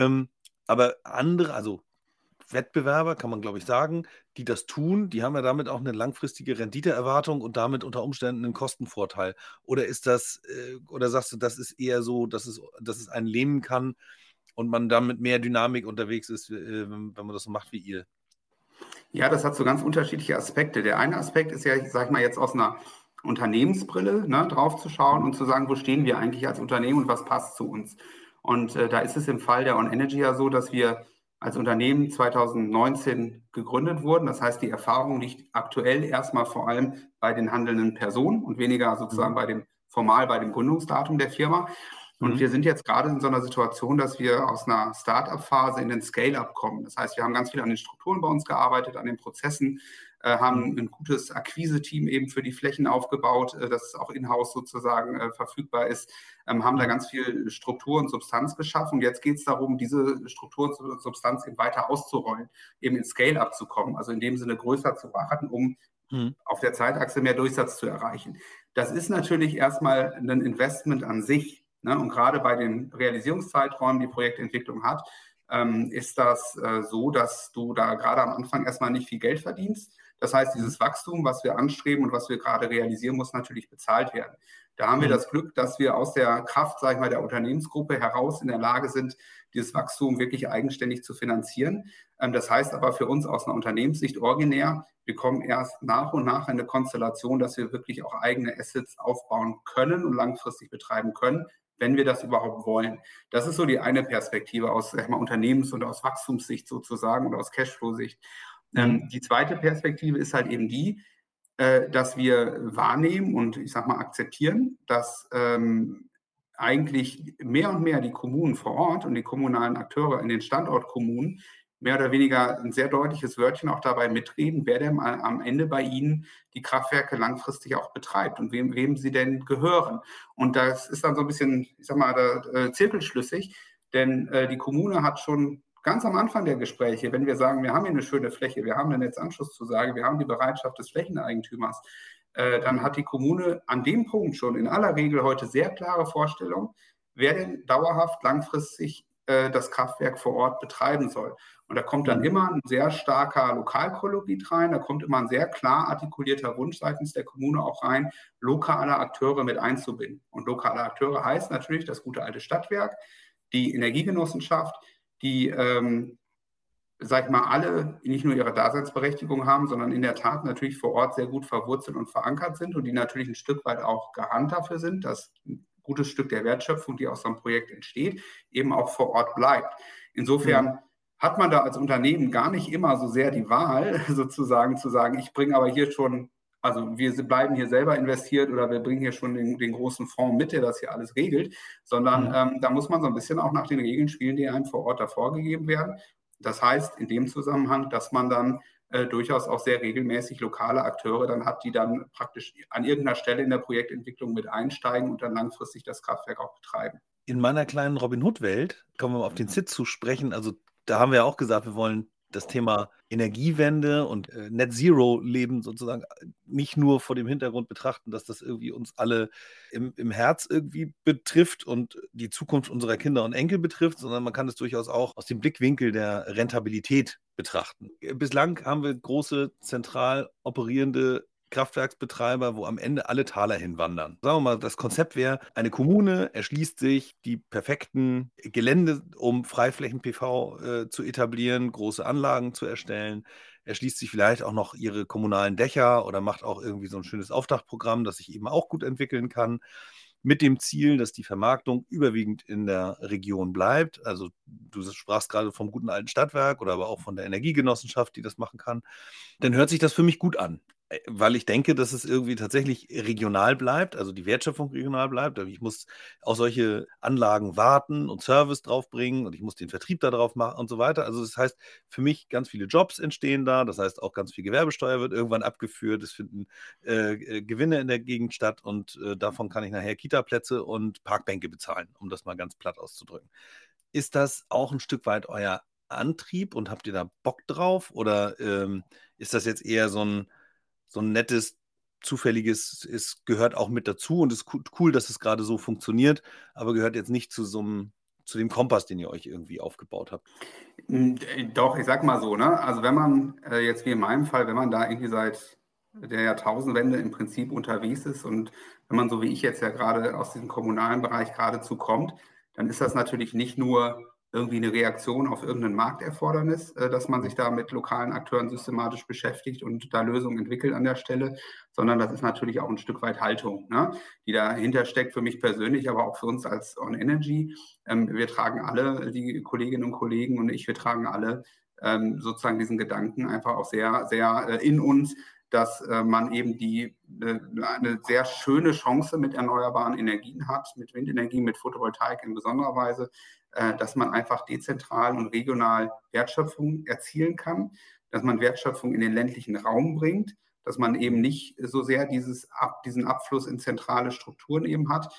aber andere, also Wettbewerber, kann man glaube ich sagen, die das tun, die haben ja damit auch eine langfristige Renditeerwartung und damit unter Umständen einen Kostenvorteil. Oder ist das, oder sagst du, das ist eher so, dass es einen lähmen kann und man dann mit mehr Dynamik unterwegs ist, wenn man das so macht wie ihr? Ja, das hat so ganz unterschiedliche Aspekte. Der eine Aspekt ist ja, ich sag mal jetzt aus einer Unternehmensbrille, ne, drauf zu schauen und zu sagen, wo stehen wir eigentlich als Unternehmen und was passt zu uns. Und da ist es im Fall der On Energy ja so, dass wir als Unternehmen 2019 gegründet wurden. Das heißt, die Erfahrung liegt aktuell erstmal vor allem bei den handelnden Personen und weniger sozusagen bei dem Gründungsdatum der Firma. Und wir sind jetzt gerade in so einer Situation, dass wir aus einer Start-up-Phase in den Scale-up kommen. Das heißt, wir haben ganz viel an den Strukturen bei uns gearbeitet, an den Prozessen, haben ein gutes Akquise-Team eben für die Flächen aufgebaut, das auch in-house sozusagen verfügbar ist, haben da ganz viel Struktur und Substanz geschaffen. Und jetzt geht es darum, diese Struktur und Substanz eben weiter auszurollen, eben in Scale-up zu kommen, also in dem Sinne größer zu machen, um auf der Zeitachse mehr Durchsatz zu erreichen. Das ist natürlich erstmal ein Investment an sich. Ne? Und gerade bei den Realisierungszeiträumen, die Projektentwicklung hat, ist das so, dass du da gerade am Anfang erstmal nicht viel Geld verdienst. Das heißt, dieses Wachstum, was wir anstreben und was wir gerade realisieren, muss natürlich bezahlt werden. Da haben wir das Glück, dass wir aus der Kraft, sage ich mal, der Unternehmensgruppe heraus in der Lage sind, dieses Wachstum wirklich eigenständig zu finanzieren. Das heißt aber für uns aus einer Unternehmenssicht originär, wir kommen erst nach und nach in eine Konstellation, dass wir wirklich auch eigene Assets aufbauen können und langfristig betreiben können, wenn wir das überhaupt wollen. Das ist so die eine Perspektive aus, sag ich mal, Unternehmens- und aus Wachstumssicht sozusagen oder aus Cashflow-Sicht. Die zweite Perspektive ist halt eben die, dass wir wahrnehmen und ich sag mal akzeptieren, dass eigentlich mehr und mehr die Kommunen vor Ort und die kommunalen Akteure in den Standortkommunen mehr oder weniger ein sehr deutliches Wörtchen auch dabei mitreden, wer denn am Ende bei ihnen die Kraftwerke langfristig auch betreibt und wem sie denn gehören. Und das ist dann so ein bisschen, ich sag mal, zirkelschlüssig, denn die Kommune hat schon ganz am Anfang der Gespräche, wenn wir sagen, wir haben hier eine schöne Fläche, wir haben eine Netzanschlusszusage, wir haben die Bereitschaft des Flächeneigentümers, dann hat die Kommune an dem Punkt schon in aller Regel heute sehr klare Vorstellungen, wer denn dauerhaft langfristig das Kraftwerk vor Ort betreiben soll. Und da kommt dann immer ein sehr starker Lokalkolorit rein, da kommt immer ein sehr klar artikulierter Wunsch seitens der Kommune auch rein, lokale Akteure mit einzubinden. Und lokale Akteure heißt natürlich das gute alte Stadtwerk, die Energiegenossenschaft, die sag ich mal, alle nicht nur ihre Daseinsberechtigung haben, sondern in der Tat natürlich vor Ort sehr gut verwurzelt und verankert sind und die natürlich ein Stück weit auch Garant dafür sind, dass ein gutes Stück der Wertschöpfung, die aus so einem Projekt entsteht, eben auch vor Ort bleibt. Insofern hat man da als Unternehmen gar nicht immer so sehr die Wahl, sozusagen zu sagen, ich bringe aber hier schon, also wir bleiben hier selber investiert oder wir bringen hier schon den großen Fonds mit, der das hier alles regelt, sondern da muss man so ein bisschen auch nach den Regeln spielen, die einem vor Ort da vorgegeben werden. Das heißt in dem Zusammenhang, dass man dann durchaus auch sehr regelmäßig lokale Akteure dann hat, die dann praktisch an irgendeiner Stelle in der Projektentwicklung mit einsteigen und dann langfristig das Kraftwerk auch betreiben. In meiner kleinen Robin Hood-Welt kommen wir mal auf den ZIT zu sprechen. Also da haben wir ja auch gesagt, wir wollen das Thema Energiewende und Net Zero Leben sozusagen nicht nur vor dem Hintergrund betrachten, dass das irgendwie uns alle im Herz irgendwie betrifft und die Zukunft unserer Kinder und Enkel betrifft, sondern man kann es durchaus auch aus dem Blickwinkel der Rentabilität betrachten. Bislang haben wir große zentral operierende Kraftwerksbetreiber, wo am Ende alle Taler hinwandern. Sagen wir mal, das Konzept wäre, eine Kommune erschließt sich die perfekten Gelände, um Freiflächen-PV zu etablieren, große Anlagen zu erstellen, erschließt sich vielleicht auch noch ihre kommunalen Dächer oder macht auch irgendwie so ein schönes Aufdachprogramm, das sich eben auch gut entwickeln kann, mit dem Ziel, dass die Vermarktung überwiegend in der Region bleibt. Also du sprachst gerade vom guten alten Stadtwerk oder aber auch von der Energiegenossenschaft, die das machen kann. Dann hört sich das für mich gut an, weil ich denke, dass es irgendwie tatsächlich regional bleibt, also die Wertschöpfung regional bleibt. Aber ich muss auf solche Anlagen warten und Service draufbringen und ich muss den Vertrieb da drauf machen und so weiter. Also das heißt, für mich ganz viele Jobs entstehen da. Das heißt, auch ganz viel Gewerbesteuer wird irgendwann abgeführt. Es finden Gewinne in der Gegend statt und davon kann ich nachher Kita-Plätze und Parkbänke bezahlen, um das mal ganz platt auszudrücken. Ist das auch ein Stück weit euer Antrieb und habt ihr da Bock drauf? Oder ist das jetzt eher so ein nettes, zufälliges, es gehört auch mit dazu und es ist cool, dass es gerade so funktioniert, aber gehört jetzt nicht zu dem Kompass, den ihr euch irgendwie aufgebaut habt? Doch, ich sag mal so, ne? Also wenn man jetzt wie in meinem Fall, wenn man da irgendwie seit der Jahrtausendwende im Prinzip unterwegs ist und wenn man so wie ich jetzt ja gerade aus diesem kommunalen Bereich geradezu kommt, dann ist das natürlich nicht nur irgendwie eine Reaktion auf irgendein Markterfordernis, dass man sich da mit lokalen Akteuren systematisch beschäftigt und da Lösungen entwickelt an der Stelle, sondern das ist natürlich auch ein Stück weit Haltung, ne, die dahinter steckt für mich persönlich, aber auch für uns als On Energy. Wir tragen alle, die Kolleginnen und Kollegen und ich, wir tragen alle sozusagen diesen Gedanken einfach auch sehr, sehr in uns, dass man eben eine sehr schöne Chance mit erneuerbaren Energien hat, mit Windenergie, mit Photovoltaik in besonderer Weise, dass man einfach dezentral und regional Wertschöpfung erzielen kann, dass man Wertschöpfung in den ländlichen Raum bringt, dass man eben nicht so sehr diesen Abfluss in zentrale Strukturen eben hat.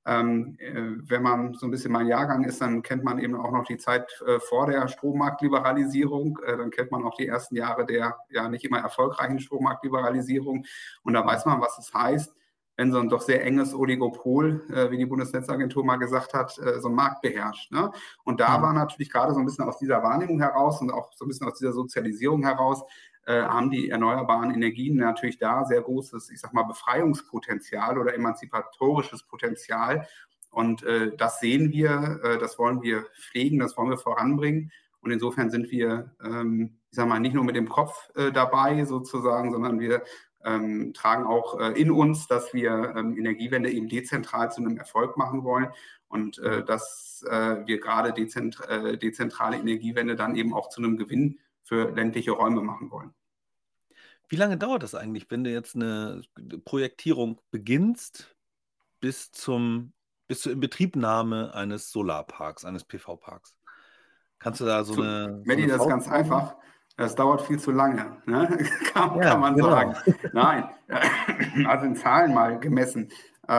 Wenn man so ein bisschen mein Jahrgang ist, dann kennt man eben auch noch die Zeit vor der Strommarktliberalisierung. Dann kennt man auch die ersten Jahre der ja nicht immer erfolgreichen Strommarktliberalisierung. Und da weiß man, was es heißt, wenn so ein doch sehr enges Oligopol, wie die Bundesnetzagentur mal gesagt hat, so einen Markt beherrscht. Ne? Und da war natürlich gerade so ein bisschen aus dieser Wahrnehmung heraus und auch so ein bisschen aus dieser Sozialisierung heraus, haben die erneuerbaren Energien natürlich da sehr großes, ich sag mal, Befreiungspotenzial oder emanzipatorisches Potenzial. Und das sehen wir, das wollen wir pflegen, das wollen wir voranbringen. Und insofern sind wir, ich sag mal, nicht nur mit dem Kopf dabei sozusagen, sondern wir tragen auch in uns, dass wir Energiewende eben dezentral zu einem Erfolg machen wollen und dass wir gerade dezentrale Energiewende dann eben auch zu einem Gewinn für ländliche Räume machen wollen. Wie lange dauert das eigentlich, wenn du jetzt eine Projektierung beginnst, bis zur Inbetriebnahme eines Solarparks, eines PV-Parks? Kannst du da so eine Mehdi, das ist ganz einfach. Das dauert viel zu lange, ne? kann man sagen. Nein, also in Zahlen mal gemessen.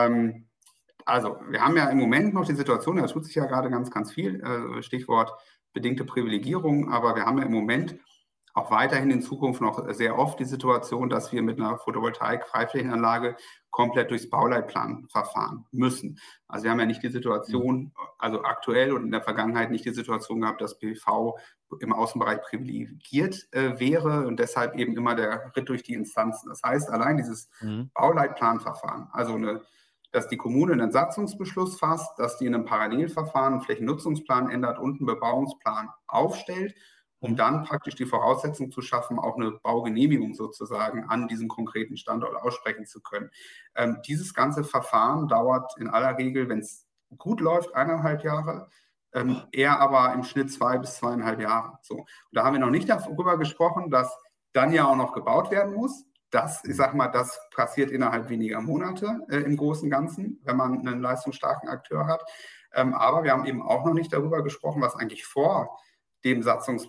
Also wir haben ja im Moment noch die Situation, da tut sich ja gerade ganz, ganz viel, Stichwort bedingte Privilegierung, aber wir haben ja im Moment auch weiterhin in Zukunft noch sehr oft die Situation, dass wir mit einer Photovoltaik-Freiflächenanlage komplett durchs Bauleitplan verfahren müssen. Also wir haben ja nicht die Situation, also aktuell und in der Vergangenheit nicht die Situation gehabt, dass PV im Außenbereich privilegiert wäre und deshalb eben immer der Ritt durch die Instanzen. Das heißt, allein dieses Bauleitplanverfahren, also dass die Kommune einen Satzungsbeschluss fasst, dass die in einem Parallelverfahren einen Flächennutzungsplan ändert und einen Bebauungsplan aufstellt um dann praktisch die Voraussetzung zu schaffen, auch eine Baugenehmigung sozusagen an diesem konkreten Standort aussprechen zu können. Dieses ganze Verfahren dauert in aller Regel, wenn es gut läuft, 1,5 Jahre, eher aber im Schnitt 2 bis 2,5 Jahre. So. Und da haben wir noch nicht darüber gesprochen, dass dann ja auch noch gebaut werden muss. Das, ich sag mal, das passiert innerhalb weniger Monate im Großen und Ganzen, wenn man einen leistungsstarken Akteur hat. Aber wir haben eben auch noch nicht darüber gesprochen, was eigentlich vor dem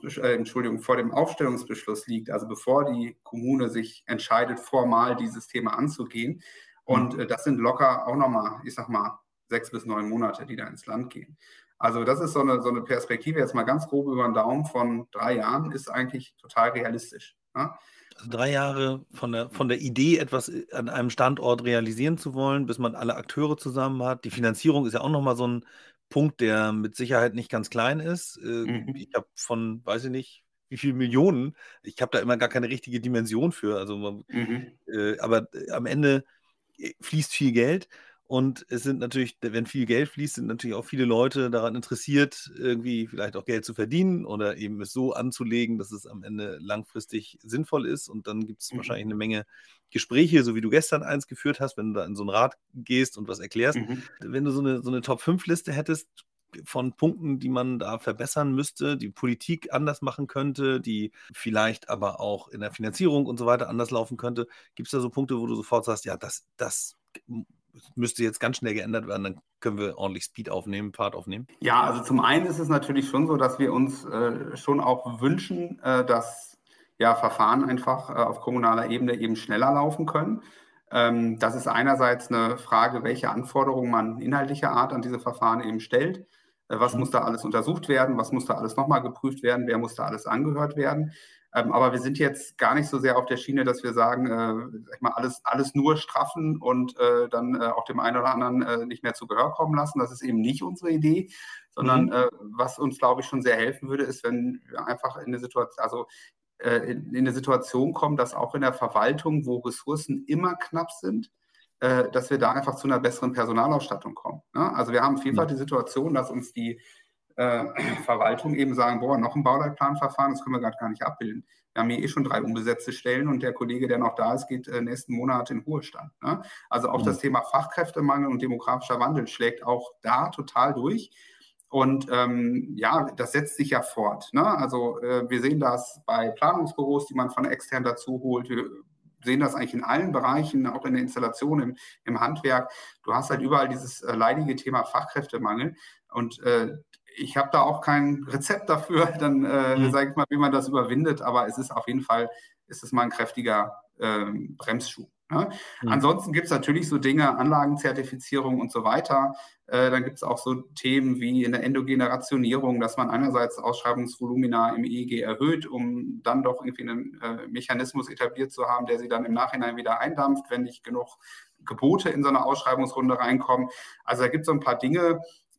vor dem Aufstellungsbeschluss liegt, also bevor die Kommune sich entscheidet, formal dieses Thema anzugehen. Und das sind locker auch nochmal, ich sag mal, 6 bis 9 Monate, die da ins Land gehen. Also das ist so eine Perspektive, jetzt mal ganz grob über den Daumen von 3 Jahren, ist eigentlich total realistisch. Ja? Also 3 Jahre von der Idee, etwas an einem Standort realisieren zu wollen, bis man alle Akteure zusammen hat. Die Finanzierung ist ja auch nochmal so ein Punkt, der mit Sicherheit nicht ganz klein ist. Ich habe von, weiß ich nicht, wie viel Millionen, ich habe da immer gar keine richtige Dimension für. Also aber am Ende fließt viel Geld. Und es sind natürlich, wenn viel Geld fließt, sind natürlich auch viele Leute daran interessiert, irgendwie vielleicht auch Geld zu verdienen oder eben es so anzulegen, dass es am Ende langfristig sinnvoll ist. Und dann gibt es wahrscheinlich eine Menge Gespräche, so wie du gestern eins geführt hast, wenn du da in so einen Rat gehst und was erklärst. Wenn du so eine Top-5-Liste hättest von Punkten, die man da verbessern müsste, die Politik anders machen könnte, die vielleicht aber auch in der Finanzierung und so weiter anders laufen könnte, gibt es da so Punkte, wo du sofort sagst, ja, das müsste jetzt ganz schnell geändert werden, dann können wir ordentlich Fahrt aufnehmen? Ja, also zum einen ist es natürlich schon so, dass wir uns schon auch wünschen, dass Verfahren einfach auf kommunaler Ebene eben schneller laufen können. Das ist einerseits eine Frage, welche Anforderungen man inhaltlicher Art an diese Verfahren eben stellt. Was muss da alles untersucht werden? Was muss da alles nochmal geprüft werden? Wer muss da alles angehört werden? Aber wir sind jetzt gar nicht so sehr auf der Schiene, dass wir sagen, alles nur straffen und dann auch dem einen oder anderen nicht mehr zu Gehör kommen lassen. Das ist eben nicht unsere Idee, sondern was uns, glaube ich, schon sehr helfen würde, ist, wenn wir einfach in eine Situation kommen, dass auch in der Verwaltung, wo Ressourcen immer knapp sind, dass wir da einfach zu einer besseren Personalausstattung kommen. Ne? Also wir haben vielfach die Situation, dass uns die Verwaltung eben sagen, noch ein Bauleitplanverfahren, das können wir gerade gar nicht abbilden. Wir haben hier schon 3 unbesetzte Stellen und der Kollege, der noch da ist, geht nächsten Monat in Ruhestand. Ne? Also auch das Thema Fachkräftemangel und demografischer Wandel schlägt auch da total durch. Und das setzt sich ja fort. Ne? Also wir sehen das bei Planungsbüros, die man von extern dazu holt. Wir sehen das eigentlich in allen Bereichen, auch in der Installation, im Handwerk. Du hast halt überall dieses leidige Thema Fachkräftemangel. Und ich habe da auch kein Rezept dafür, dann sage ich mal, wie man das überwindet. Aber es ist auf jeden Fall, mal ein kräftiger Bremsschuh. Ne? Ansonsten gibt es natürlich so Dinge, Anlagenzertifizierung und so weiter. Dann gibt es auch so Themen wie in der Endogenerationierung, dass man einerseits Ausschreibungsvolumina im EEG erhöht, um dann doch irgendwie einen Mechanismus etabliert zu haben, der sie dann im Nachhinein wieder eindampft, wenn nicht genug Gebote in so eine Ausschreibungsrunde reinkommen. Also da gibt es so ein paar Dinge,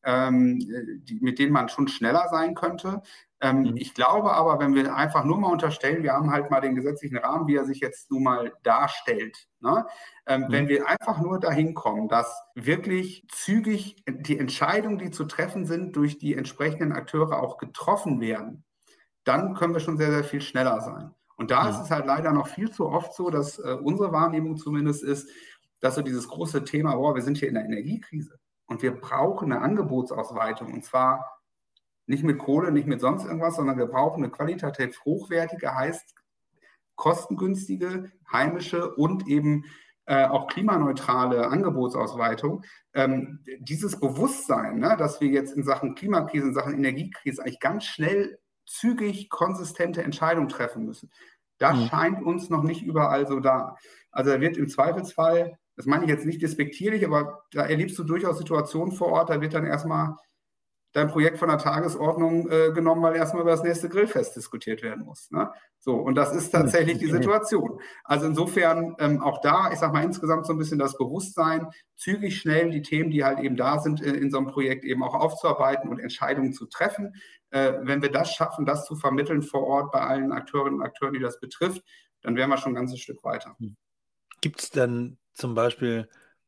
mit denen man schon schneller sein könnte. Ich glaube aber, wenn wir einfach nur mal unterstellen, wir haben halt mal den gesetzlichen Rahmen, wie er sich jetzt nun mal darstellt. Ne? Wenn wir einfach nur dahin kommen, dass wirklich zügig die Entscheidungen, die zu treffen sind, durch die entsprechenden Akteure auch getroffen werden, dann können wir schon sehr, sehr viel schneller sein. Und da ist es halt leider noch viel zu oft so, dass unsere Wahrnehmung zumindest ist, dass so dieses große Thema, wir sind hier in der Energiekrise und wir brauchen eine Angebotsausweitung, und zwar nicht mit Kohle, nicht mit sonst irgendwas, sondern wir brauchen eine qualitativ hochwertige, heißt kostengünstige, heimische und eben auch klimaneutrale Angebotsausweitung. Dieses Bewusstsein, ne, dass wir jetzt in Sachen Klimakrise, in Sachen Energiekrise eigentlich ganz schnell, zügig, konsistente Entscheidungen treffen müssen, das scheint uns noch nicht überall so da. Also da wird im Zweifelsfall, das meine ich jetzt nicht despektierlich, aber da erlebst du durchaus Situationen vor Ort, da wird dann erstmal dein Projekt von der Tagesordnung genommen, weil erstmal über das nächste Grillfest diskutiert werden muss. Ne? So, und das ist tatsächlich die Situation. Also insofern auch da, ich sage mal, insgesamt so ein bisschen das Bewusstsein, zügig, schnell die Themen, die halt eben da sind, in so einem Projekt eben auch aufzuarbeiten und Entscheidungen zu treffen. Wenn wir das schaffen, das zu vermitteln vor Ort bei allen Akteurinnen und Akteuren, die das betrifft, dann wären wir schon ein ganzes Stück weiter. Gibt es denn zum Beispiel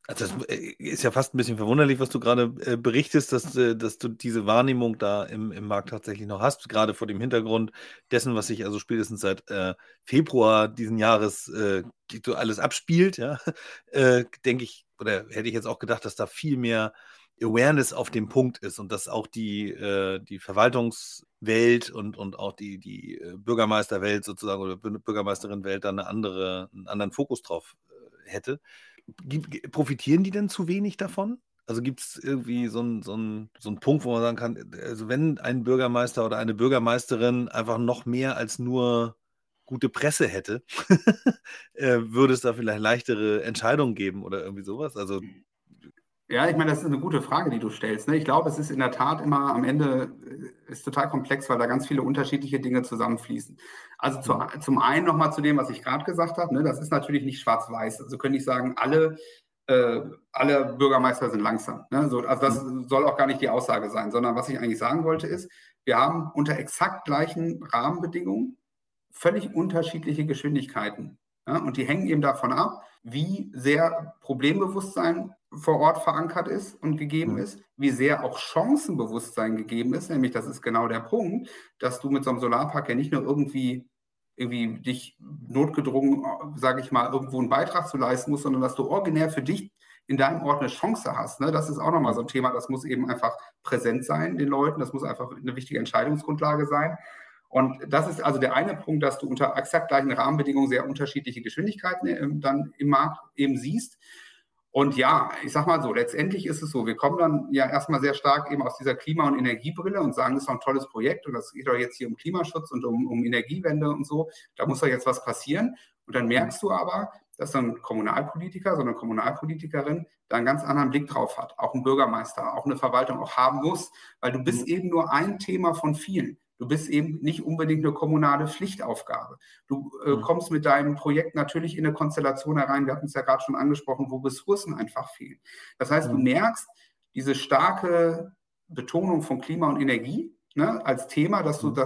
Also das ist ja fast ein bisschen verwunderlich, was du gerade berichtest, dass du diese Wahrnehmung da im Markt tatsächlich noch hast, gerade vor dem Hintergrund dessen, was sich also spätestens seit Februar diesen Jahres so alles abspielt, ja, denke ich, oder hätte ich jetzt auch gedacht, dass da viel mehr Awareness auf dem Punkt ist und dass auch die Verwaltungswelt und auch die Bürgermeisterwelt sozusagen oder Bürgermeisterinwelt da einen anderen Fokus drauf hätte. Profitieren die denn zu wenig davon? Also gibt es irgendwie so einen Punkt, wo man sagen kann, also wenn ein Bürgermeister oder eine Bürgermeisterin einfach noch mehr als nur gute Presse hätte, würde es da vielleicht leichtere Entscheidungen geben oder irgendwie sowas? Also Ja, ich meine, das ist eine gute Frage, die du stellst. Ne? Ich glaube, es ist in der Tat immer am Ende ist total komplex, weil da ganz viele unterschiedliche Dinge zusammenfließen. Also zum einen nochmal zu dem, was ich gerade gesagt habe, ne? Das ist natürlich nicht schwarz-weiß. Also könnte ich sagen, alle Bürgermeister sind langsam. Ne? So, also das soll auch gar nicht die Aussage sein, sondern was ich eigentlich sagen wollte ist, wir haben unter exakt gleichen Rahmenbedingungen völlig unterschiedliche Geschwindigkeiten. Ja? Und die hängen eben davon ab, wie sehr Problembewusstsein vor Ort verankert ist und gegeben ist, wie sehr auch Chancenbewusstsein gegeben ist. Nämlich, das ist genau der Punkt, dass du mit so einem Solarpark ja nicht nur irgendwie dich notgedrungen, sage ich mal, irgendwo einen Beitrag zu leisten musst, sondern dass du originär für dich in deinem Ort eine Chance hast. Ne? Das ist auch nochmal so ein Thema, das muss eben einfach präsent sein den Leuten, das muss einfach eine wichtige Entscheidungsgrundlage sein. Und das ist also der eine Punkt, dass du unter exakt gleichen Rahmenbedingungen sehr unterschiedliche Geschwindigkeiten dann im Markt eben siehst. Und ja, ich sag mal so, letztendlich ist es so, wir kommen dann ja erstmal sehr stark eben aus dieser Klima- und Energiebrille und sagen, das ist doch ein tolles Projekt und das geht doch jetzt hier um Klimaschutz und um Energiewende und so, da muss doch jetzt was passieren. Und dann merkst du aber, dass so ein Kommunalpolitiker, so eine Kommunalpolitikerin da einen ganz anderen Blick drauf hat, auch ein Bürgermeister, auch eine Verwaltung auch haben muss, weil du bist eben nur ein Thema von vielen. Du bist eben nicht unbedingt eine kommunale Pflichtaufgabe. Du kommst mit deinem Projekt natürlich in eine Konstellation herein, wir hatten es ja gerade schon angesprochen, wo Ressourcen einfach fehlen. Das heißt, du merkst diese starke Betonung von Klima und Energie, ne, als Thema,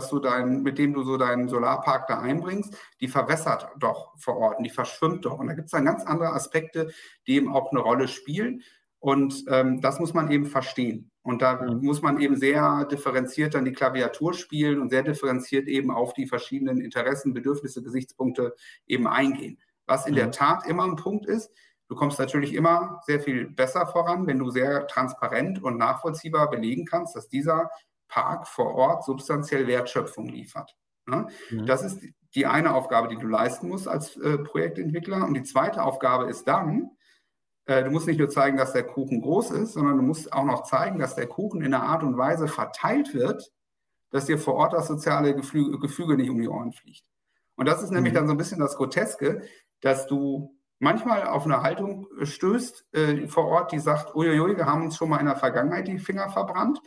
mit dem du so deinen Solarpark da einbringst, die verwässert doch vor Ort und die verschwimmt doch. Und da gibt es dann ganz andere Aspekte, die eben auch eine Rolle spielen. Und das muss man eben verstehen. Und da muss man eben sehr differenziert dann die Klaviatur spielen und sehr differenziert eben auf die verschiedenen Interessen, Bedürfnisse, Gesichtspunkte eben eingehen. Was in der Tat immer ein Punkt ist, du kommst natürlich immer sehr viel besser voran, wenn du sehr transparent und nachvollziehbar belegen kannst, dass dieser Park vor Ort substanziell Wertschöpfung liefert. Ne? Das ist die eine Aufgabe, die du leisten musst als Projektentwickler. Und die zweite Aufgabe ist dann, du musst nicht nur zeigen, dass der Kuchen groß ist, sondern du musst auch noch zeigen, dass der Kuchen in einer Art und Weise verteilt wird, dass dir vor Ort das soziale Gefüge nicht um die Ohren fliegt. Und das ist nämlich dann so ein bisschen das Groteske, dass du manchmal auf eine Haltung stößt vor Ort, die sagt, uiuiui, wir haben uns schon mal in der Vergangenheit die Finger verbrannt.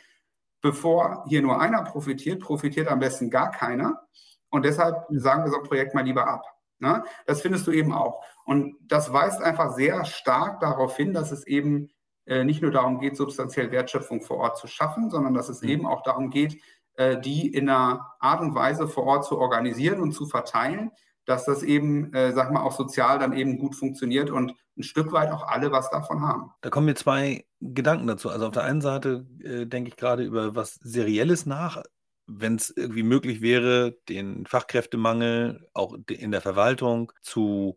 Bevor hier nur einer profitiert am besten gar keiner. Und deshalb sagen wir so ein Projekt mal lieber ab. Ne? Das findest du eben auch. Und das weist einfach sehr stark darauf hin, dass es eben nicht nur darum geht, substanziell Wertschöpfung vor Ort zu schaffen, sondern dass es eben auch darum geht, die in einer Art und Weise vor Ort zu organisieren und zu verteilen, dass das eben, sag mal, auch sozial dann eben gut funktioniert und ein Stück weit auch alle was davon haben. Da kommen mir zwei Gedanken dazu. Also auf der einen Seite denke ich gerade über was Serielles nach, wenn es irgendwie möglich wäre, den Fachkräftemangel auch in der Verwaltung zu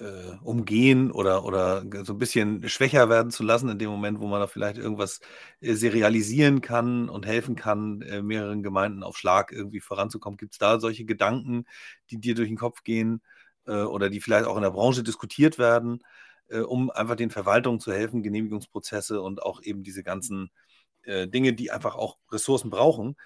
umgehen oder so ein bisschen schwächer werden zu lassen, in dem Moment, wo man da vielleicht irgendwas serialisieren kann und helfen kann, mehreren Gemeinden auf Schlag irgendwie voranzukommen. Gibt es da solche Gedanken, die dir durch den Kopf gehen oder die vielleicht auch in der Branche diskutiert werden, um einfach den Verwaltungen zu helfen, Genehmigungsprozesse und auch eben diese ganzen Dinge, die einfach auch Ressourcen brauchen,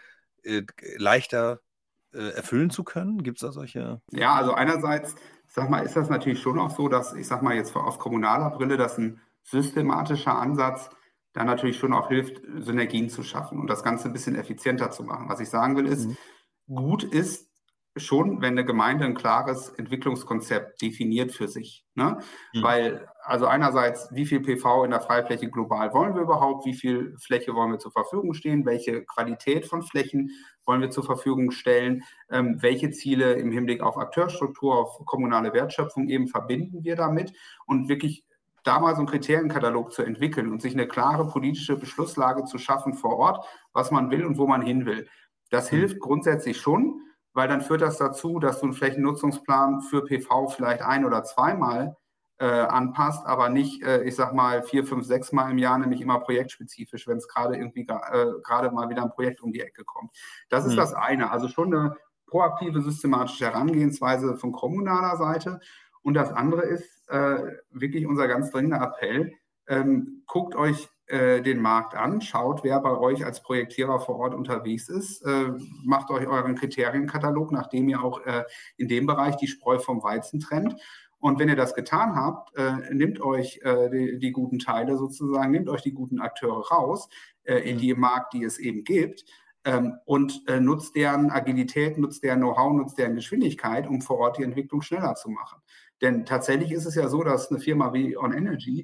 leichter erfüllen zu können? Gibt es da solche? Ja, also einerseits, sag mal, ist das natürlich schon auch so, dass, ich sag mal jetzt aus kommunaler Brille, dass ein systematischer Ansatz da natürlich schon auch hilft, Synergien zu schaffen und das Ganze ein bisschen effizienter zu machen. Was ich sagen will, ist, gut ist schon, wenn eine Gemeinde ein klares Entwicklungskonzept definiert für sich. Ne? Weil, also einerseits, wie viel PV in der Freifläche global wollen wir überhaupt, wie viel Fläche wollen wir zur Verfügung stehen, welche Qualität von Flächen wollen wir zur Verfügung stellen, welche Ziele im Hinblick auf Akteurstruktur, auf kommunale Wertschöpfung eben verbinden wir damit und wirklich da mal so einen Kriterienkatalog zu entwickeln und sich eine klare politische Beschlusslage zu schaffen vor Ort, was man will und wo man hin will. Das hilft grundsätzlich schon, weil dann führt das dazu, dass du einen Flächennutzungsplan für PV vielleicht ein- oder zweimal anpasst, aber nicht, ich sag mal, 4, 5, 6 Mal im Jahr, nämlich immer projektspezifisch, wenn es gerade irgendwie gerade mal wieder ein Projekt um die Ecke kommt. Das ist das eine. Also schon eine proaktive, systematische Herangehensweise von kommunaler Seite. Und das andere ist wirklich unser ganz dringender Appell. Guckt euch den Markt an, schaut, wer bei euch als Projektierer vor Ort unterwegs ist, macht euch euren Kriterienkatalog, nachdem ihr auch in dem Bereich die Spreu vom Weizen trennt. Und wenn ihr das getan habt, nehmt euch die guten Teile sozusagen, nehmt euch die guten Akteure raus, in die Markt, die es eben gibt, und nutzt deren Agilität, nutzt deren Know-how, nutzt deren Geschwindigkeit, um vor Ort die Entwicklung schneller zu machen. Denn tatsächlich ist es ja so, dass eine Firma wie On Energy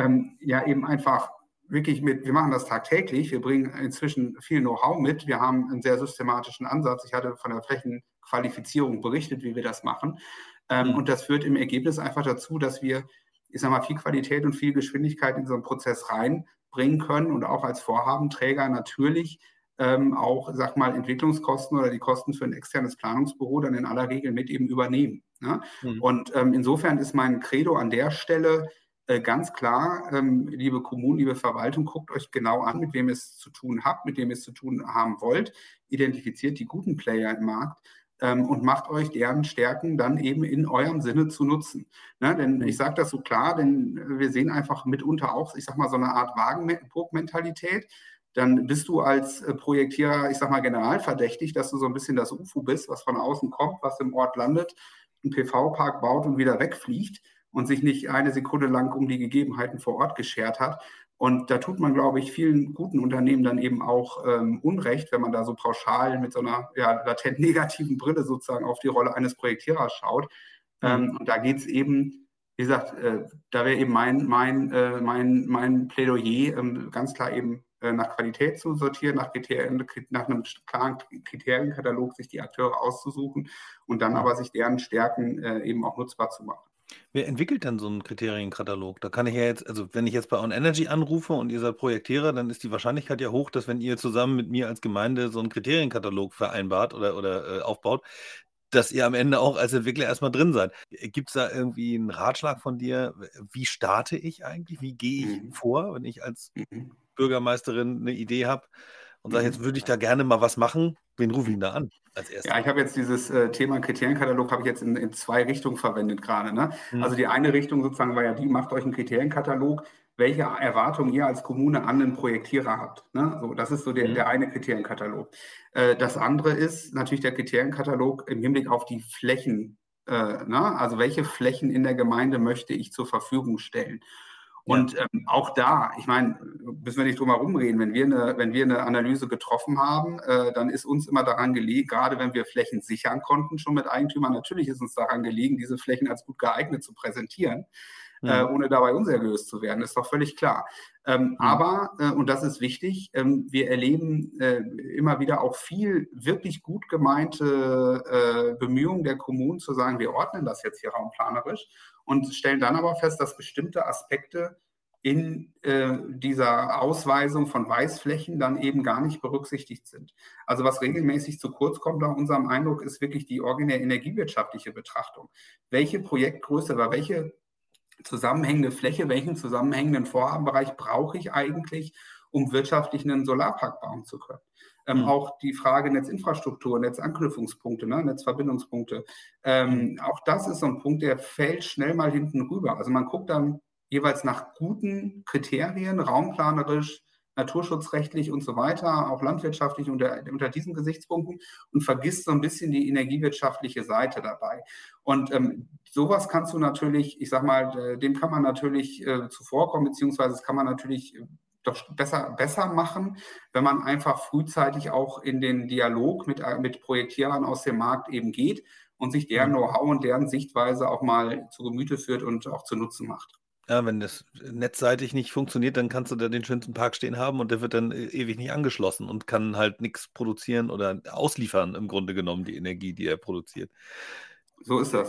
ja eben einfach wirklich wir machen das tagtäglich, wir bringen inzwischen viel Know-how mit, wir haben einen sehr systematischen Ansatz. Ich hatte von der Flächenqualifizierung berichtet, wie wir das machen. Und das führt im Ergebnis einfach dazu, dass wir, ich sag mal, viel Qualität und viel Geschwindigkeit in so einen Prozess reinbringen können und auch als Vorhabenträger natürlich auch, sag mal, Entwicklungskosten oder die Kosten für ein externes Planungsbüro dann in aller Regel mit eben übernehmen. Ne? Und insofern ist mein Credo an der Stelle ganz klar, liebe Kommunen, liebe Verwaltung, guckt euch genau an, mit wem ihr es zu tun habt, mit wem ihr es zu tun haben wollt, identifiziert die guten Player im Markt, und macht euch deren Stärken dann eben in eurem Sinne zu nutzen. Ne? Denn ich sage das so klar, denn wir sehen einfach mitunter auch, ich sag mal, so eine Art Wagenburg-Mentalität. Dann bist du als Projektierer, ich sag mal, generalverdächtig, dass du so ein bisschen das UFO bist, was von außen kommt, was im Ort landet, einen PV-Park baut und wieder wegfliegt und sich nicht eine Sekunde lang um die Gegebenheiten vor Ort geschert hat. Und da tut man, glaube ich, vielen guten Unternehmen dann eben auch Unrecht, wenn man da so pauschal mit so einer latent negativen Brille sozusagen auf die Rolle eines Projektierers schaut. Und da geht es eben, wie gesagt, da wäre eben mein Plädoyer ganz klar eben nach Qualität zu sortieren, nach einem klaren Kriterienkatalog sich die Akteure auszusuchen und dann aber sich deren Stärken eben auch nutzbar zu machen. Wer entwickelt denn so einen Kriterienkatalog? Da kann ich ja jetzt, also wenn ich jetzt bei On Energy anrufe und ihr seid Projektierer, dann ist die Wahrscheinlichkeit ja hoch, dass wenn ihr zusammen mit mir als Gemeinde so einen Kriterienkatalog vereinbart oder aufbaut, dass ihr am Ende auch als Entwickler erstmal drin seid. Gibt es da irgendwie einen Ratschlag von dir? Wie starte ich eigentlich? Wie gehe ich vor, wenn ich als Bürgermeisterin eine Idee habe und sage, jetzt würde ich da gerne mal was machen? Wen rufe ich denn da an als erstes? Ja, ich habe jetzt dieses Thema Kriterienkatalog habe ich jetzt in zwei Richtungen verwendet gerade. Ne? Also die eine Richtung sozusagen war ja die, macht euch einen Kriterienkatalog, welche Erwartungen ihr als Kommune an den Projektierer habt. Ne? So, das ist so der eine Kriterienkatalog. Das andere ist natürlich der Kriterienkatalog im Hinblick auf die Flächen. Also welche Flächen in der Gemeinde möchte ich zur Verfügung stellen? Und auch da, ich meine, müssen wir nicht drum herum reden, wenn wir eine Analyse getroffen haben, dann ist uns immer daran gelegen, gerade wenn wir Flächen sichern konnten, schon mit Eigentümern, natürlich ist uns daran gelegen, diese Flächen als gut geeignet zu präsentieren, ohne dabei unseriös zu werden, ist doch völlig klar. Aber, und das ist wichtig, wir erleben immer wieder auch viel wirklich gut gemeinte Bemühungen der Kommunen zu sagen, wir ordnen das jetzt hier raumplanerisch und stellen dann aber fest, dass bestimmte Aspekte in dieser Ausweisung von Weißflächen dann eben gar nicht berücksichtigt sind. Also was regelmäßig zu kurz kommt nach unserem Eindruck, ist wirklich die originär energiewirtschaftliche Betrachtung. Welche Projektgröße oder welche zusammenhängende Fläche, welchen zusammenhängenden Vorhabenbereich brauche ich eigentlich, um wirtschaftlich einen Solarpark bauen zu können? Auch die Frage Netzinfrastruktur, Netzanknüpfungspunkte, Netzverbindungspunkte. Auch das ist so ein Punkt, der fällt schnell mal hinten rüber. Also man guckt dann jeweils nach guten Kriterien, raumplanerisch, naturschutzrechtlich und so weiter, auch landwirtschaftlich unter diesen Gesichtspunkten und vergisst so ein bisschen die energiewirtschaftliche Seite dabei. Und sowas kannst du natürlich, ich sag mal, dem kann man natürlich zuvorkommen, beziehungsweise das kann man natürlich doch besser machen, wenn man einfach frühzeitig auch in den Dialog mit Projektierern aus dem Markt eben geht und sich deren Know-how und deren Sichtweise auch mal zu Gemüte führt und auch zu Nutzen macht. Ja, wenn das netzseitig nicht funktioniert, dann kannst du da den schönsten Park stehen haben und der wird dann ewig nicht angeschlossen und kann halt nichts produzieren oder ausliefern, im Grunde genommen, die Energie, die er produziert. So ist das.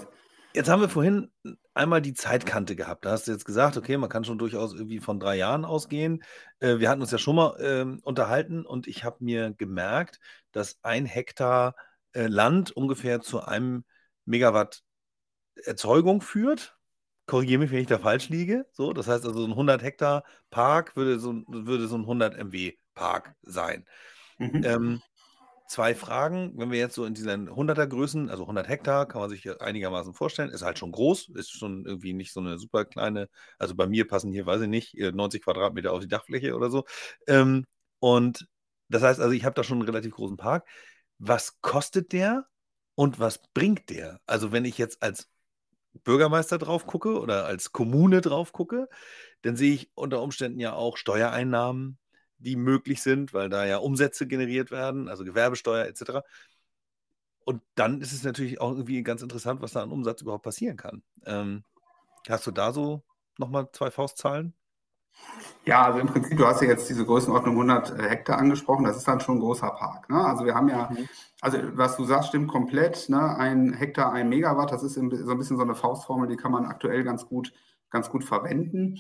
Jetzt haben wir vorhin einmal die Zeitkante gehabt. Da hast du jetzt gesagt, okay, man kann schon durchaus irgendwie von 3 Jahren ausgehen. Wir hatten uns ja schon mal unterhalten und ich habe mir gemerkt, dass 1 Hektar Land ungefähr zu einem Megawatt Erzeugung führt. Korrigiere mich, wenn ich da falsch liege. So, das heißt also, so ein 100 Hektar Park würde so ein 100 MW Park sein. Mhm. 2 Fragen, wenn wir jetzt so in diesen 100er Größen, also 100 Hektar, kann man sich ja einigermaßen vorstellen, ist halt schon groß, ist schon irgendwie nicht so eine super kleine, also bei mir passen hier, weiß ich nicht, 90 Quadratmeter auf die Dachfläche oder so. Und das heißt also, ich habe da schon einen relativ großen Park. Was kostet der und was bringt der? Also wenn ich jetzt als Bürgermeister drauf gucke oder als Kommune drauf gucke, dann sehe ich unter Umständen ja auch Steuereinnahmen, die möglich sind, weil da ja Umsätze generiert werden, also Gewerbesteuer etc. Und dann ist es natürlich auch irgendwie ganz interessant, was da an Umsatz überhaupt passieren kann. Hast du da so nochmal 2 Faustzahlen? Ja, also im Prinzip, du hast ja jetzt diese Größenordnung 100 Hektar angesprochen, das ist dann schon ein großer Park. Ne? Also wir haben ja, Mhm. also was du sagst, stimmt komplett. Ne? 1 Hektar, 1 Megawatt, das ist so ein bisschen so eine Faustformel, die kann man aktuell ganz gut verwenden.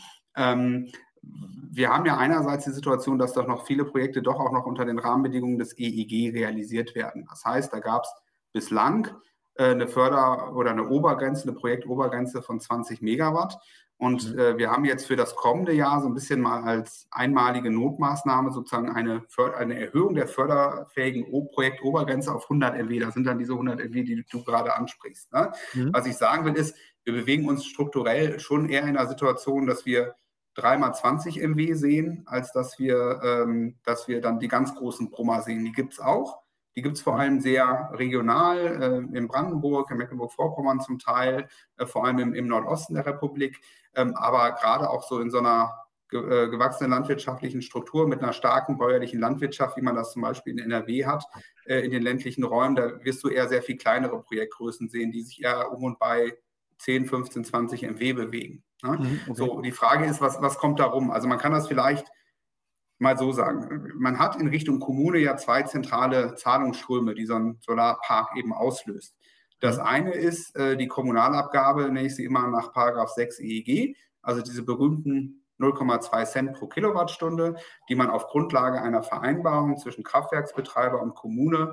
Wir haben ja einerseits die Situation, dass doch noch viele Projekte doch auch noch unter den Rahmenbedingungen des EEG realisiert werden. Das heißt, da gab es bislang eine oder eine Obergrenze, eine Projektobergrenze von 20 Megawatt. Und wir haben jetzt für das kommende Jahr so ein bisschen mal als einmalige Notmaßnahme sozusagen eine Erhöhung der förderfähigen Projektobergrenze auf 100 MW. Das sind dann diese 100 MW, die du gerade ansprichst. Ne? Mhm. Was ich sagen will, ist, wir bewegen uns strukturell schon eher in einer Situation, dass wir 3x20 MW sehen, als dass wir dann die ganz großen Brummer sehen. Die gibt es auch. Die gibt es vor allem sehr regional, in Brandenburg, in Mecklenburg-Vorpommern zum Teil, vor allem im Nordosten der Republik, aber gerade auch so in so einer gewachsenen landwirtschaftlichen Struktur mit einer starken bäuerlichen Landwirtschaft, wie man das zum Beispiel in NRW hat, in den ländlichen Räumen, da wirst du eher sehr viel kleinere Projektgrößen sehen, die sich eher um und bei 10, 15, 20 MW bewegen. Ne? Mhm, okay. So, die Frage ist, was kommt da rum? Also man kann das vielleicht mal so sagen. Man hat in Richtung Kommune ja 2 zentrale Zahlungsströme, die so ein Solarpark eben auslöst. Das eine ist die Kommunalabgabe, nenne ich sie immer nach § 6 EEG, also diese berühmten 0,2 Cent pro Kilowattstunde, die man auf Grundlage einer Vereinbarung zwischen Kraftwerksbetreiber und Kommune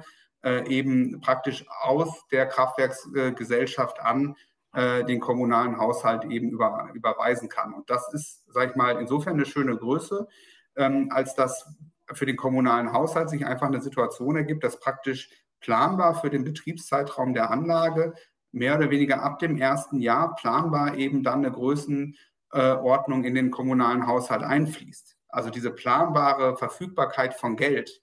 eben praktisch aus der Kraftwerksgesellschaft an den kommunalen Haushalt eben überweisen kann. Und das ist, sage ich mal, insofern eine schöne Größe, als dass für den kommunalen Haushalt sich einfach eine Situation ergibt, dass praktisch planbar für den Betriebszeitraum der Anlage mehr oder weniger ab dem ersten Jahr planbar eben dann eine Größenordnung in den kommunalen Haushalt einfließt. Also diese planbare Verfügbarkeit von Geld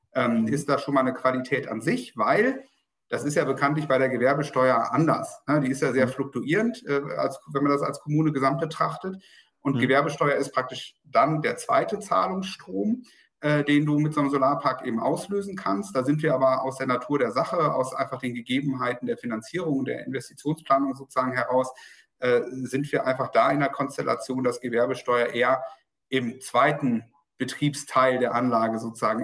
ist da schon mal eine Qualität an sich, weil das ist ja bekanntlich bei der Gewerbesteuer anders. Ne? Die ist ja sehr fluktuierend, wenn man das als Kommune gesamt betrachtet. Und Gewerbesteuer ist praktisch dann der zweite Zahlungsstrom, den du mit so einem Solarpark eben auslösen kannst. Da sind wir aber aus der Natur der Sache, aus einfach den Gegebenheiten der Finanzierung, der Investitionsplanung sozusagen heraus, sind wir einfach da in der Konstellation, dass Gewerbesteuer eher im zweiten Betriebsteil der Anlage sozusagen,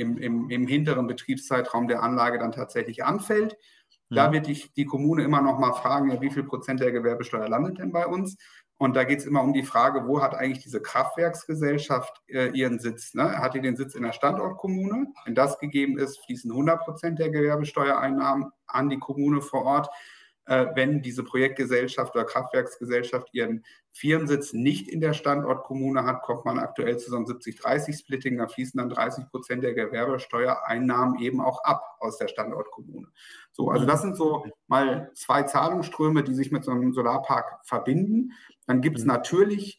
im hinteren Betriebszeitraum der Anlage dann tatsächlich anfällt. Da wird die Kommune immer noch mal fragen, ja, wie viel Prozent der Gewerbesteuer landet denn bei uns? Und da geht es immer um die Frage, wo hat eigentlich diese Kraftwerksgesellschaft ihren Sitz? Ne? Hat die den Sitz in der Standortkommune? Wenn das gegeben ist, fließen 100% der Gewerbesteuereinnahmen an die Kommune vor Ort. Wenn diese Projektgesellschaft oder Kraftwerksgesellschaft ihren Firmensitz nicht in der Standortkommune hat, kommt man aktuell zu so einem 70-30-Splitting. Da fließen dann 30% der Gewerbesteuereinnahmen eben auch ab aus der Standortkommune. So, also das sind so mal 2 Zahlungsströme, die sich mit so einem Solarpark verbinden. Dann gibt es natürlich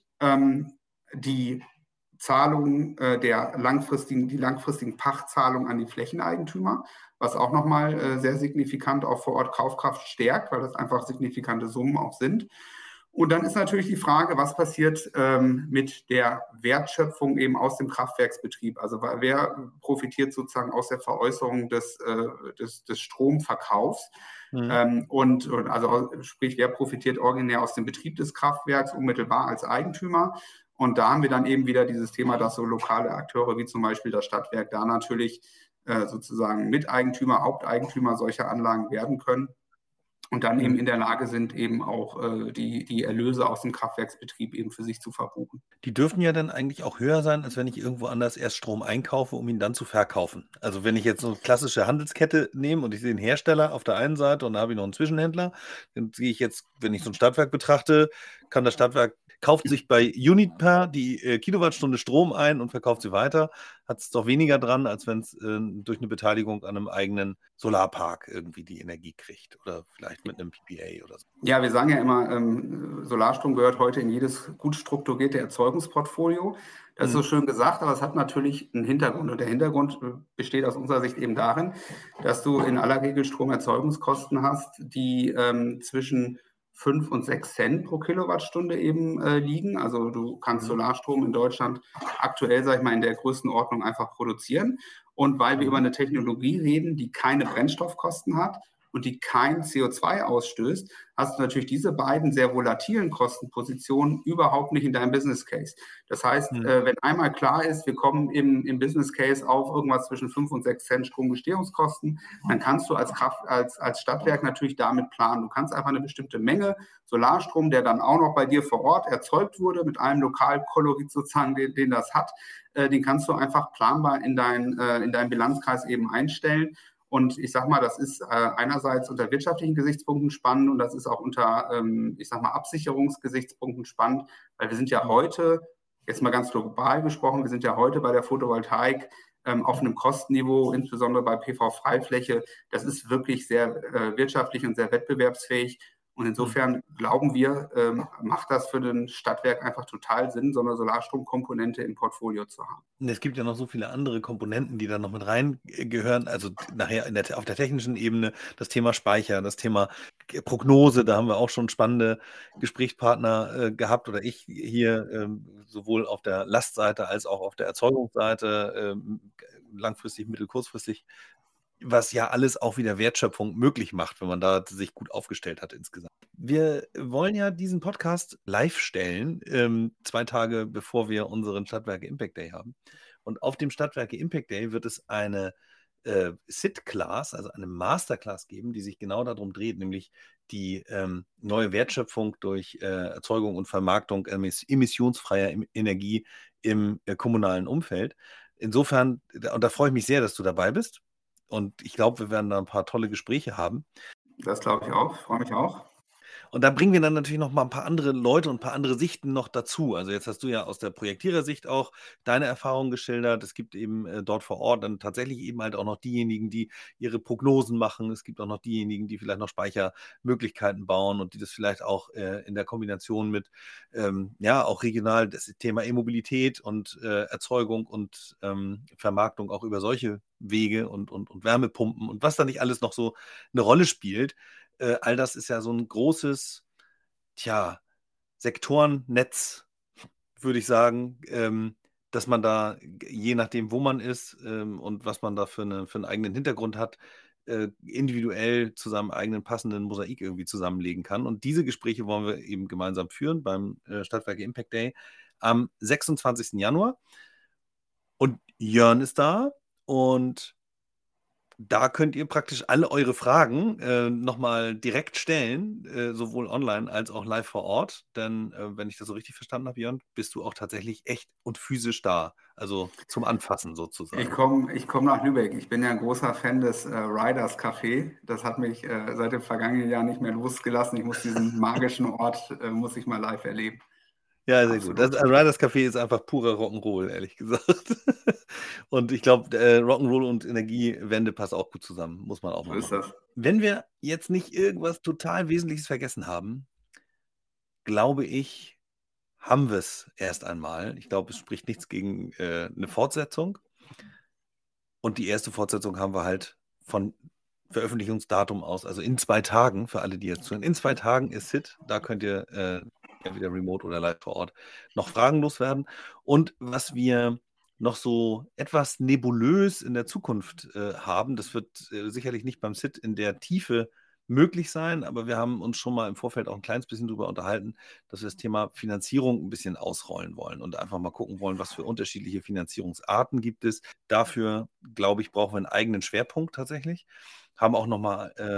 die Zahlungen die langfristigen Pachtzahlungen an die Flächeneigentümer, was auch nochmal sehr signifikant auch vor Ort Kaufkraft stärkt, weil das einfach signifikante Summen auch sind. Und dann ist natürlich die Frage, was passiert mit der Wertschöpfung eben aus dem Kraftwerksbetrieb? Also wer profitiert sozusagen aus der Veräußerung des Stromverkaufs? Und also sprich, wer profitiert originär aus dem Betrieb des Kraftwerks unmittelbar als Eigentümer? Und da haben wir dann eben wieder dieses Thema, dass so lokale Akteure wie zum Beispiel das Stadtwerk da natürlich sozusagen Miteigentümer, Haupteigentümer solcher Anlagen werden können. und dann eben in der Lage sind, eben auch die Erlöse aus dem Kraftwerksbetrieb eben für sich zu verbuchen. Die dürfen ja dann eigentlich auch höher sein, als wenn ich irgendwo anders erst Strom einkaufe, um ihn dann zu verkaufen. Also wenn ich jetzt so eine klassische Handelskette nehme und ich sehe den Hersteller auf der einen Seite und da habe ich noch einen Zwischenhändler, dann sehe ich jetzt, wenn ich so ein Stadtwerk betrachte, kann das Stadtwerk kauft sich bei Uniper die Kilowattstunde Strom ein und verkauft sie weiter, hat es doch weniger dran, als wenn es durch eine Beteiligung an einem eigenen Solarpark irgendwie die Energie kriegt oder vielleicht mit einem PPA oder so. Ja, wir sagen ja immer, Solarstrom gehört heute in jedes gut strukturierte Erzeugungsportfolio. Das ist so schön gesagt, aber es hat natürlich einen Hintergrund. Und der Hintergrund besteht aus unserer Sicht eben darin, dass du in aller Regel Stromerzeugungskosten hast, die zwischen 5 und 6 Cent pro Kilowattstunde eben liegen. Also du kannst Solarstrom in Deutschland aktuell, sag ich mal, in der Größenordnung einfach produzieren. Und weil wir über eine Technologie reden, die keine Brennstoffkosten hat und die kein CO2 ausstößt, hast du natürlich diese beiden sehr volatilen Kostenpositionen überhaupt nicht in deinem Business Case. Das heißt, wenn einmal klar ist, wir kommen im Business Case auf irgendwas zwischen 5 und 6 Cent Stromgestehungskosten, dann kannst du als Stadtwerk natürlich damit planen. Du kannst einfach eine bestimmte Menge Solarstrom, der dann auch noch bei dir vor Ort erzeugt wurde, mit einem Lokalkolorit sozusagen, den das hat, den kannst du einfach planbar in deinen Bilanzkreis eben einstellen. Und ich sage mal, das ist einerseits unter wirtschaftlichen Gesichtspunkten spannend und das ist auch unter, Absicherungsgesichtspunkten spannend, weil wir sind ja heute, jetzt mal ganz global gesprochen, wir sind ja heute bei der Photovoltaik auf einem Kostenniveau, insbesondere bei PV-Freifläche. Das ist wirklich sehr wirtschaftlich und sehr wettbewerbsfähig. Und insofern glauben wir, macht das für ein Stadtwerk einfach total Sinn, so eine Solarstromkomponente im Portfolio zu haben. Und es gibt ja noch so viele andere Komponenten, die da noch mit reingehören. Also nachher auf der technischen Ebene das Thema Speicher, das Thema Prognose, da haben wir auch schon spannende Gesprächspartner gehabt oder ich hier sowohl auf der Lastseite als auch auf der Erzeugungsseite, langfristig, kurzfristig, was ja alles auch wieder Wertschöpfung möglich macht, wenn man da sich gut aufgestellt hat insgesamt. Wir wollen ja diesen Podcast live stellen, 2 Tage bevor wir unseren Stadtwerke Impact Day haben. Und auf dem Stadtwerke Impact Day wird es eine SIT-Class, also eine Masterclass geben, die sich genau darum dreht, nämlich die neue Wertschöpfung durch Erzeugung und Vermarktung emissionsfreier Energie im kommunalen Umfeld. Insofern, und da freue ich mich sehr, dass du dabei bist. Und ich glaube, wir werden da ein paar tolle Gespräche haben. Das glaube ich auch, freue mich auch. Und da bringen wir dann natürlich noch mal ein paar andere Leute und ein paar andere Sichten noch dazu. Also jetzt hast du ja aus der Projektierersicht auch deine Erfahrungen geschildert. Es gibt eben dort vor Ort dann tatsächlich eben halt auch noch diejenigen, die ihre Prognosen machen. Es gibt auch noch diejenigen, die vielleicht noch Speichermöglichkeiten bauen und die das vielleicht auch in der Kombination mit auch regional das Thema E-Mobilität und Erzeugung und Vermarktung auch über solche Wege und Wärmepumpen und was da nicht alles noch so eine Rolle spielt. All das ist ja so ein großes, Sektorennetz, würde ich sagen, dass man da, je nachdem, wo man ist und was man da für einen eigenen Hintergrund hat, individuell zu seinem eigenen passenden Mosaik irgendwie zusammenlegen kann. Und diese Gespräche wollen wir eben gemeinsam führen beim Stadtwerke Impact Day am 26. Januar. Und Jörn ist da und da könnt ihr praktisch alle eure Fragen nochmal direkt stellen, sowohl online als auch live vor Ort. Denn wenn ich das so richtig verstanden habe, Jörn, bist du auch tatsächlich echt und physisch da. Also zum Anfassen sozusagen. Ich komm nach Lübeck. Ich bin ja ein großer Fan des Riders Café. Das hat mich seit dem vergangenen Jahr nicht mehr losgelassen. Ich muss diesen magischen Ort, muss ich mal live erleben. Ja, sehr gut. Das Riders Café ist einfach purer Rock'n'Roll, ehrlich gesagt. Und ich glaube, Rock'n'Roll und Energiewende passt auch gut zusammen, muss man auch mal So ist machen. das. Wenn wir jetzt nicht irgendwas total Wesentliches vergessen haben, glaube ich, haben wir es erst einmal. Ich glaube, es spricht nichts gegen eine Fortsetzung. Und die erste Fortsetzung haben wir halt von Veröffentlichungsdatum aus, also in 2 Tagen, für alle, die jetzt zuhören. In 2 Tagen ist SIT, da könnt ihr entweder remote oder live vor Ort noch Fragen loswerden. Und was wir noch so etwas nebulös in der Zukunft haben, das wird sicherlich nicht beim SIT in der Tiefe möglich sein, aber wir haben uns schon mal im Vorfeld auch ein kleines bisschen darüber unterhalten, dass wir das Thema Finanzierung ein bisschen ausrollen wollen und einfach mal gucken wollen, was für unterschiedliche Finanzierungsarten gibt es. Dafür, glaube ich, brauchen wir einen eigenen Schwerpunkt tatsächlich. Haben auch nochmal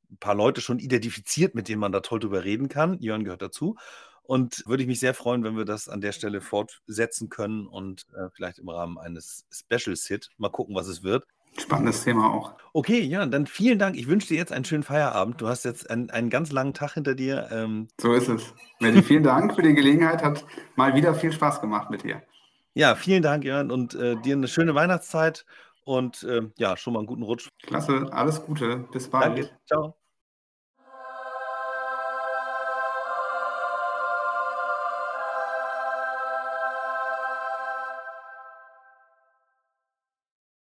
ein paar Leute schon identifiziert, mit denen man da toll drüber reden kann. Jörn gehört dazu. Und würde ich mich sehr freuen, wenn wir das an der Stelle fortsetzen können und vielleicht im Rahmen eines Special-Sit mal gucken, was es wird. Spannendes Thema auch. Okay, ja, dann vielen Dank. Ich wünsche dir jetzt einen schönen Feierabend. Du hast jetzt einen ganz langen Tag hinter dir. So ist es. Mehdi, vielen Dank für die Gelegenheit. Hat mal wieder viel Spaß gemacht mit dir. Ja, vielen Dank, Jörn, und dir eine schöne Weihnachtszeit und ja, schon mal einen guten Rutsch. Klasse, alles Gute. Bis bald. Danke, ciao.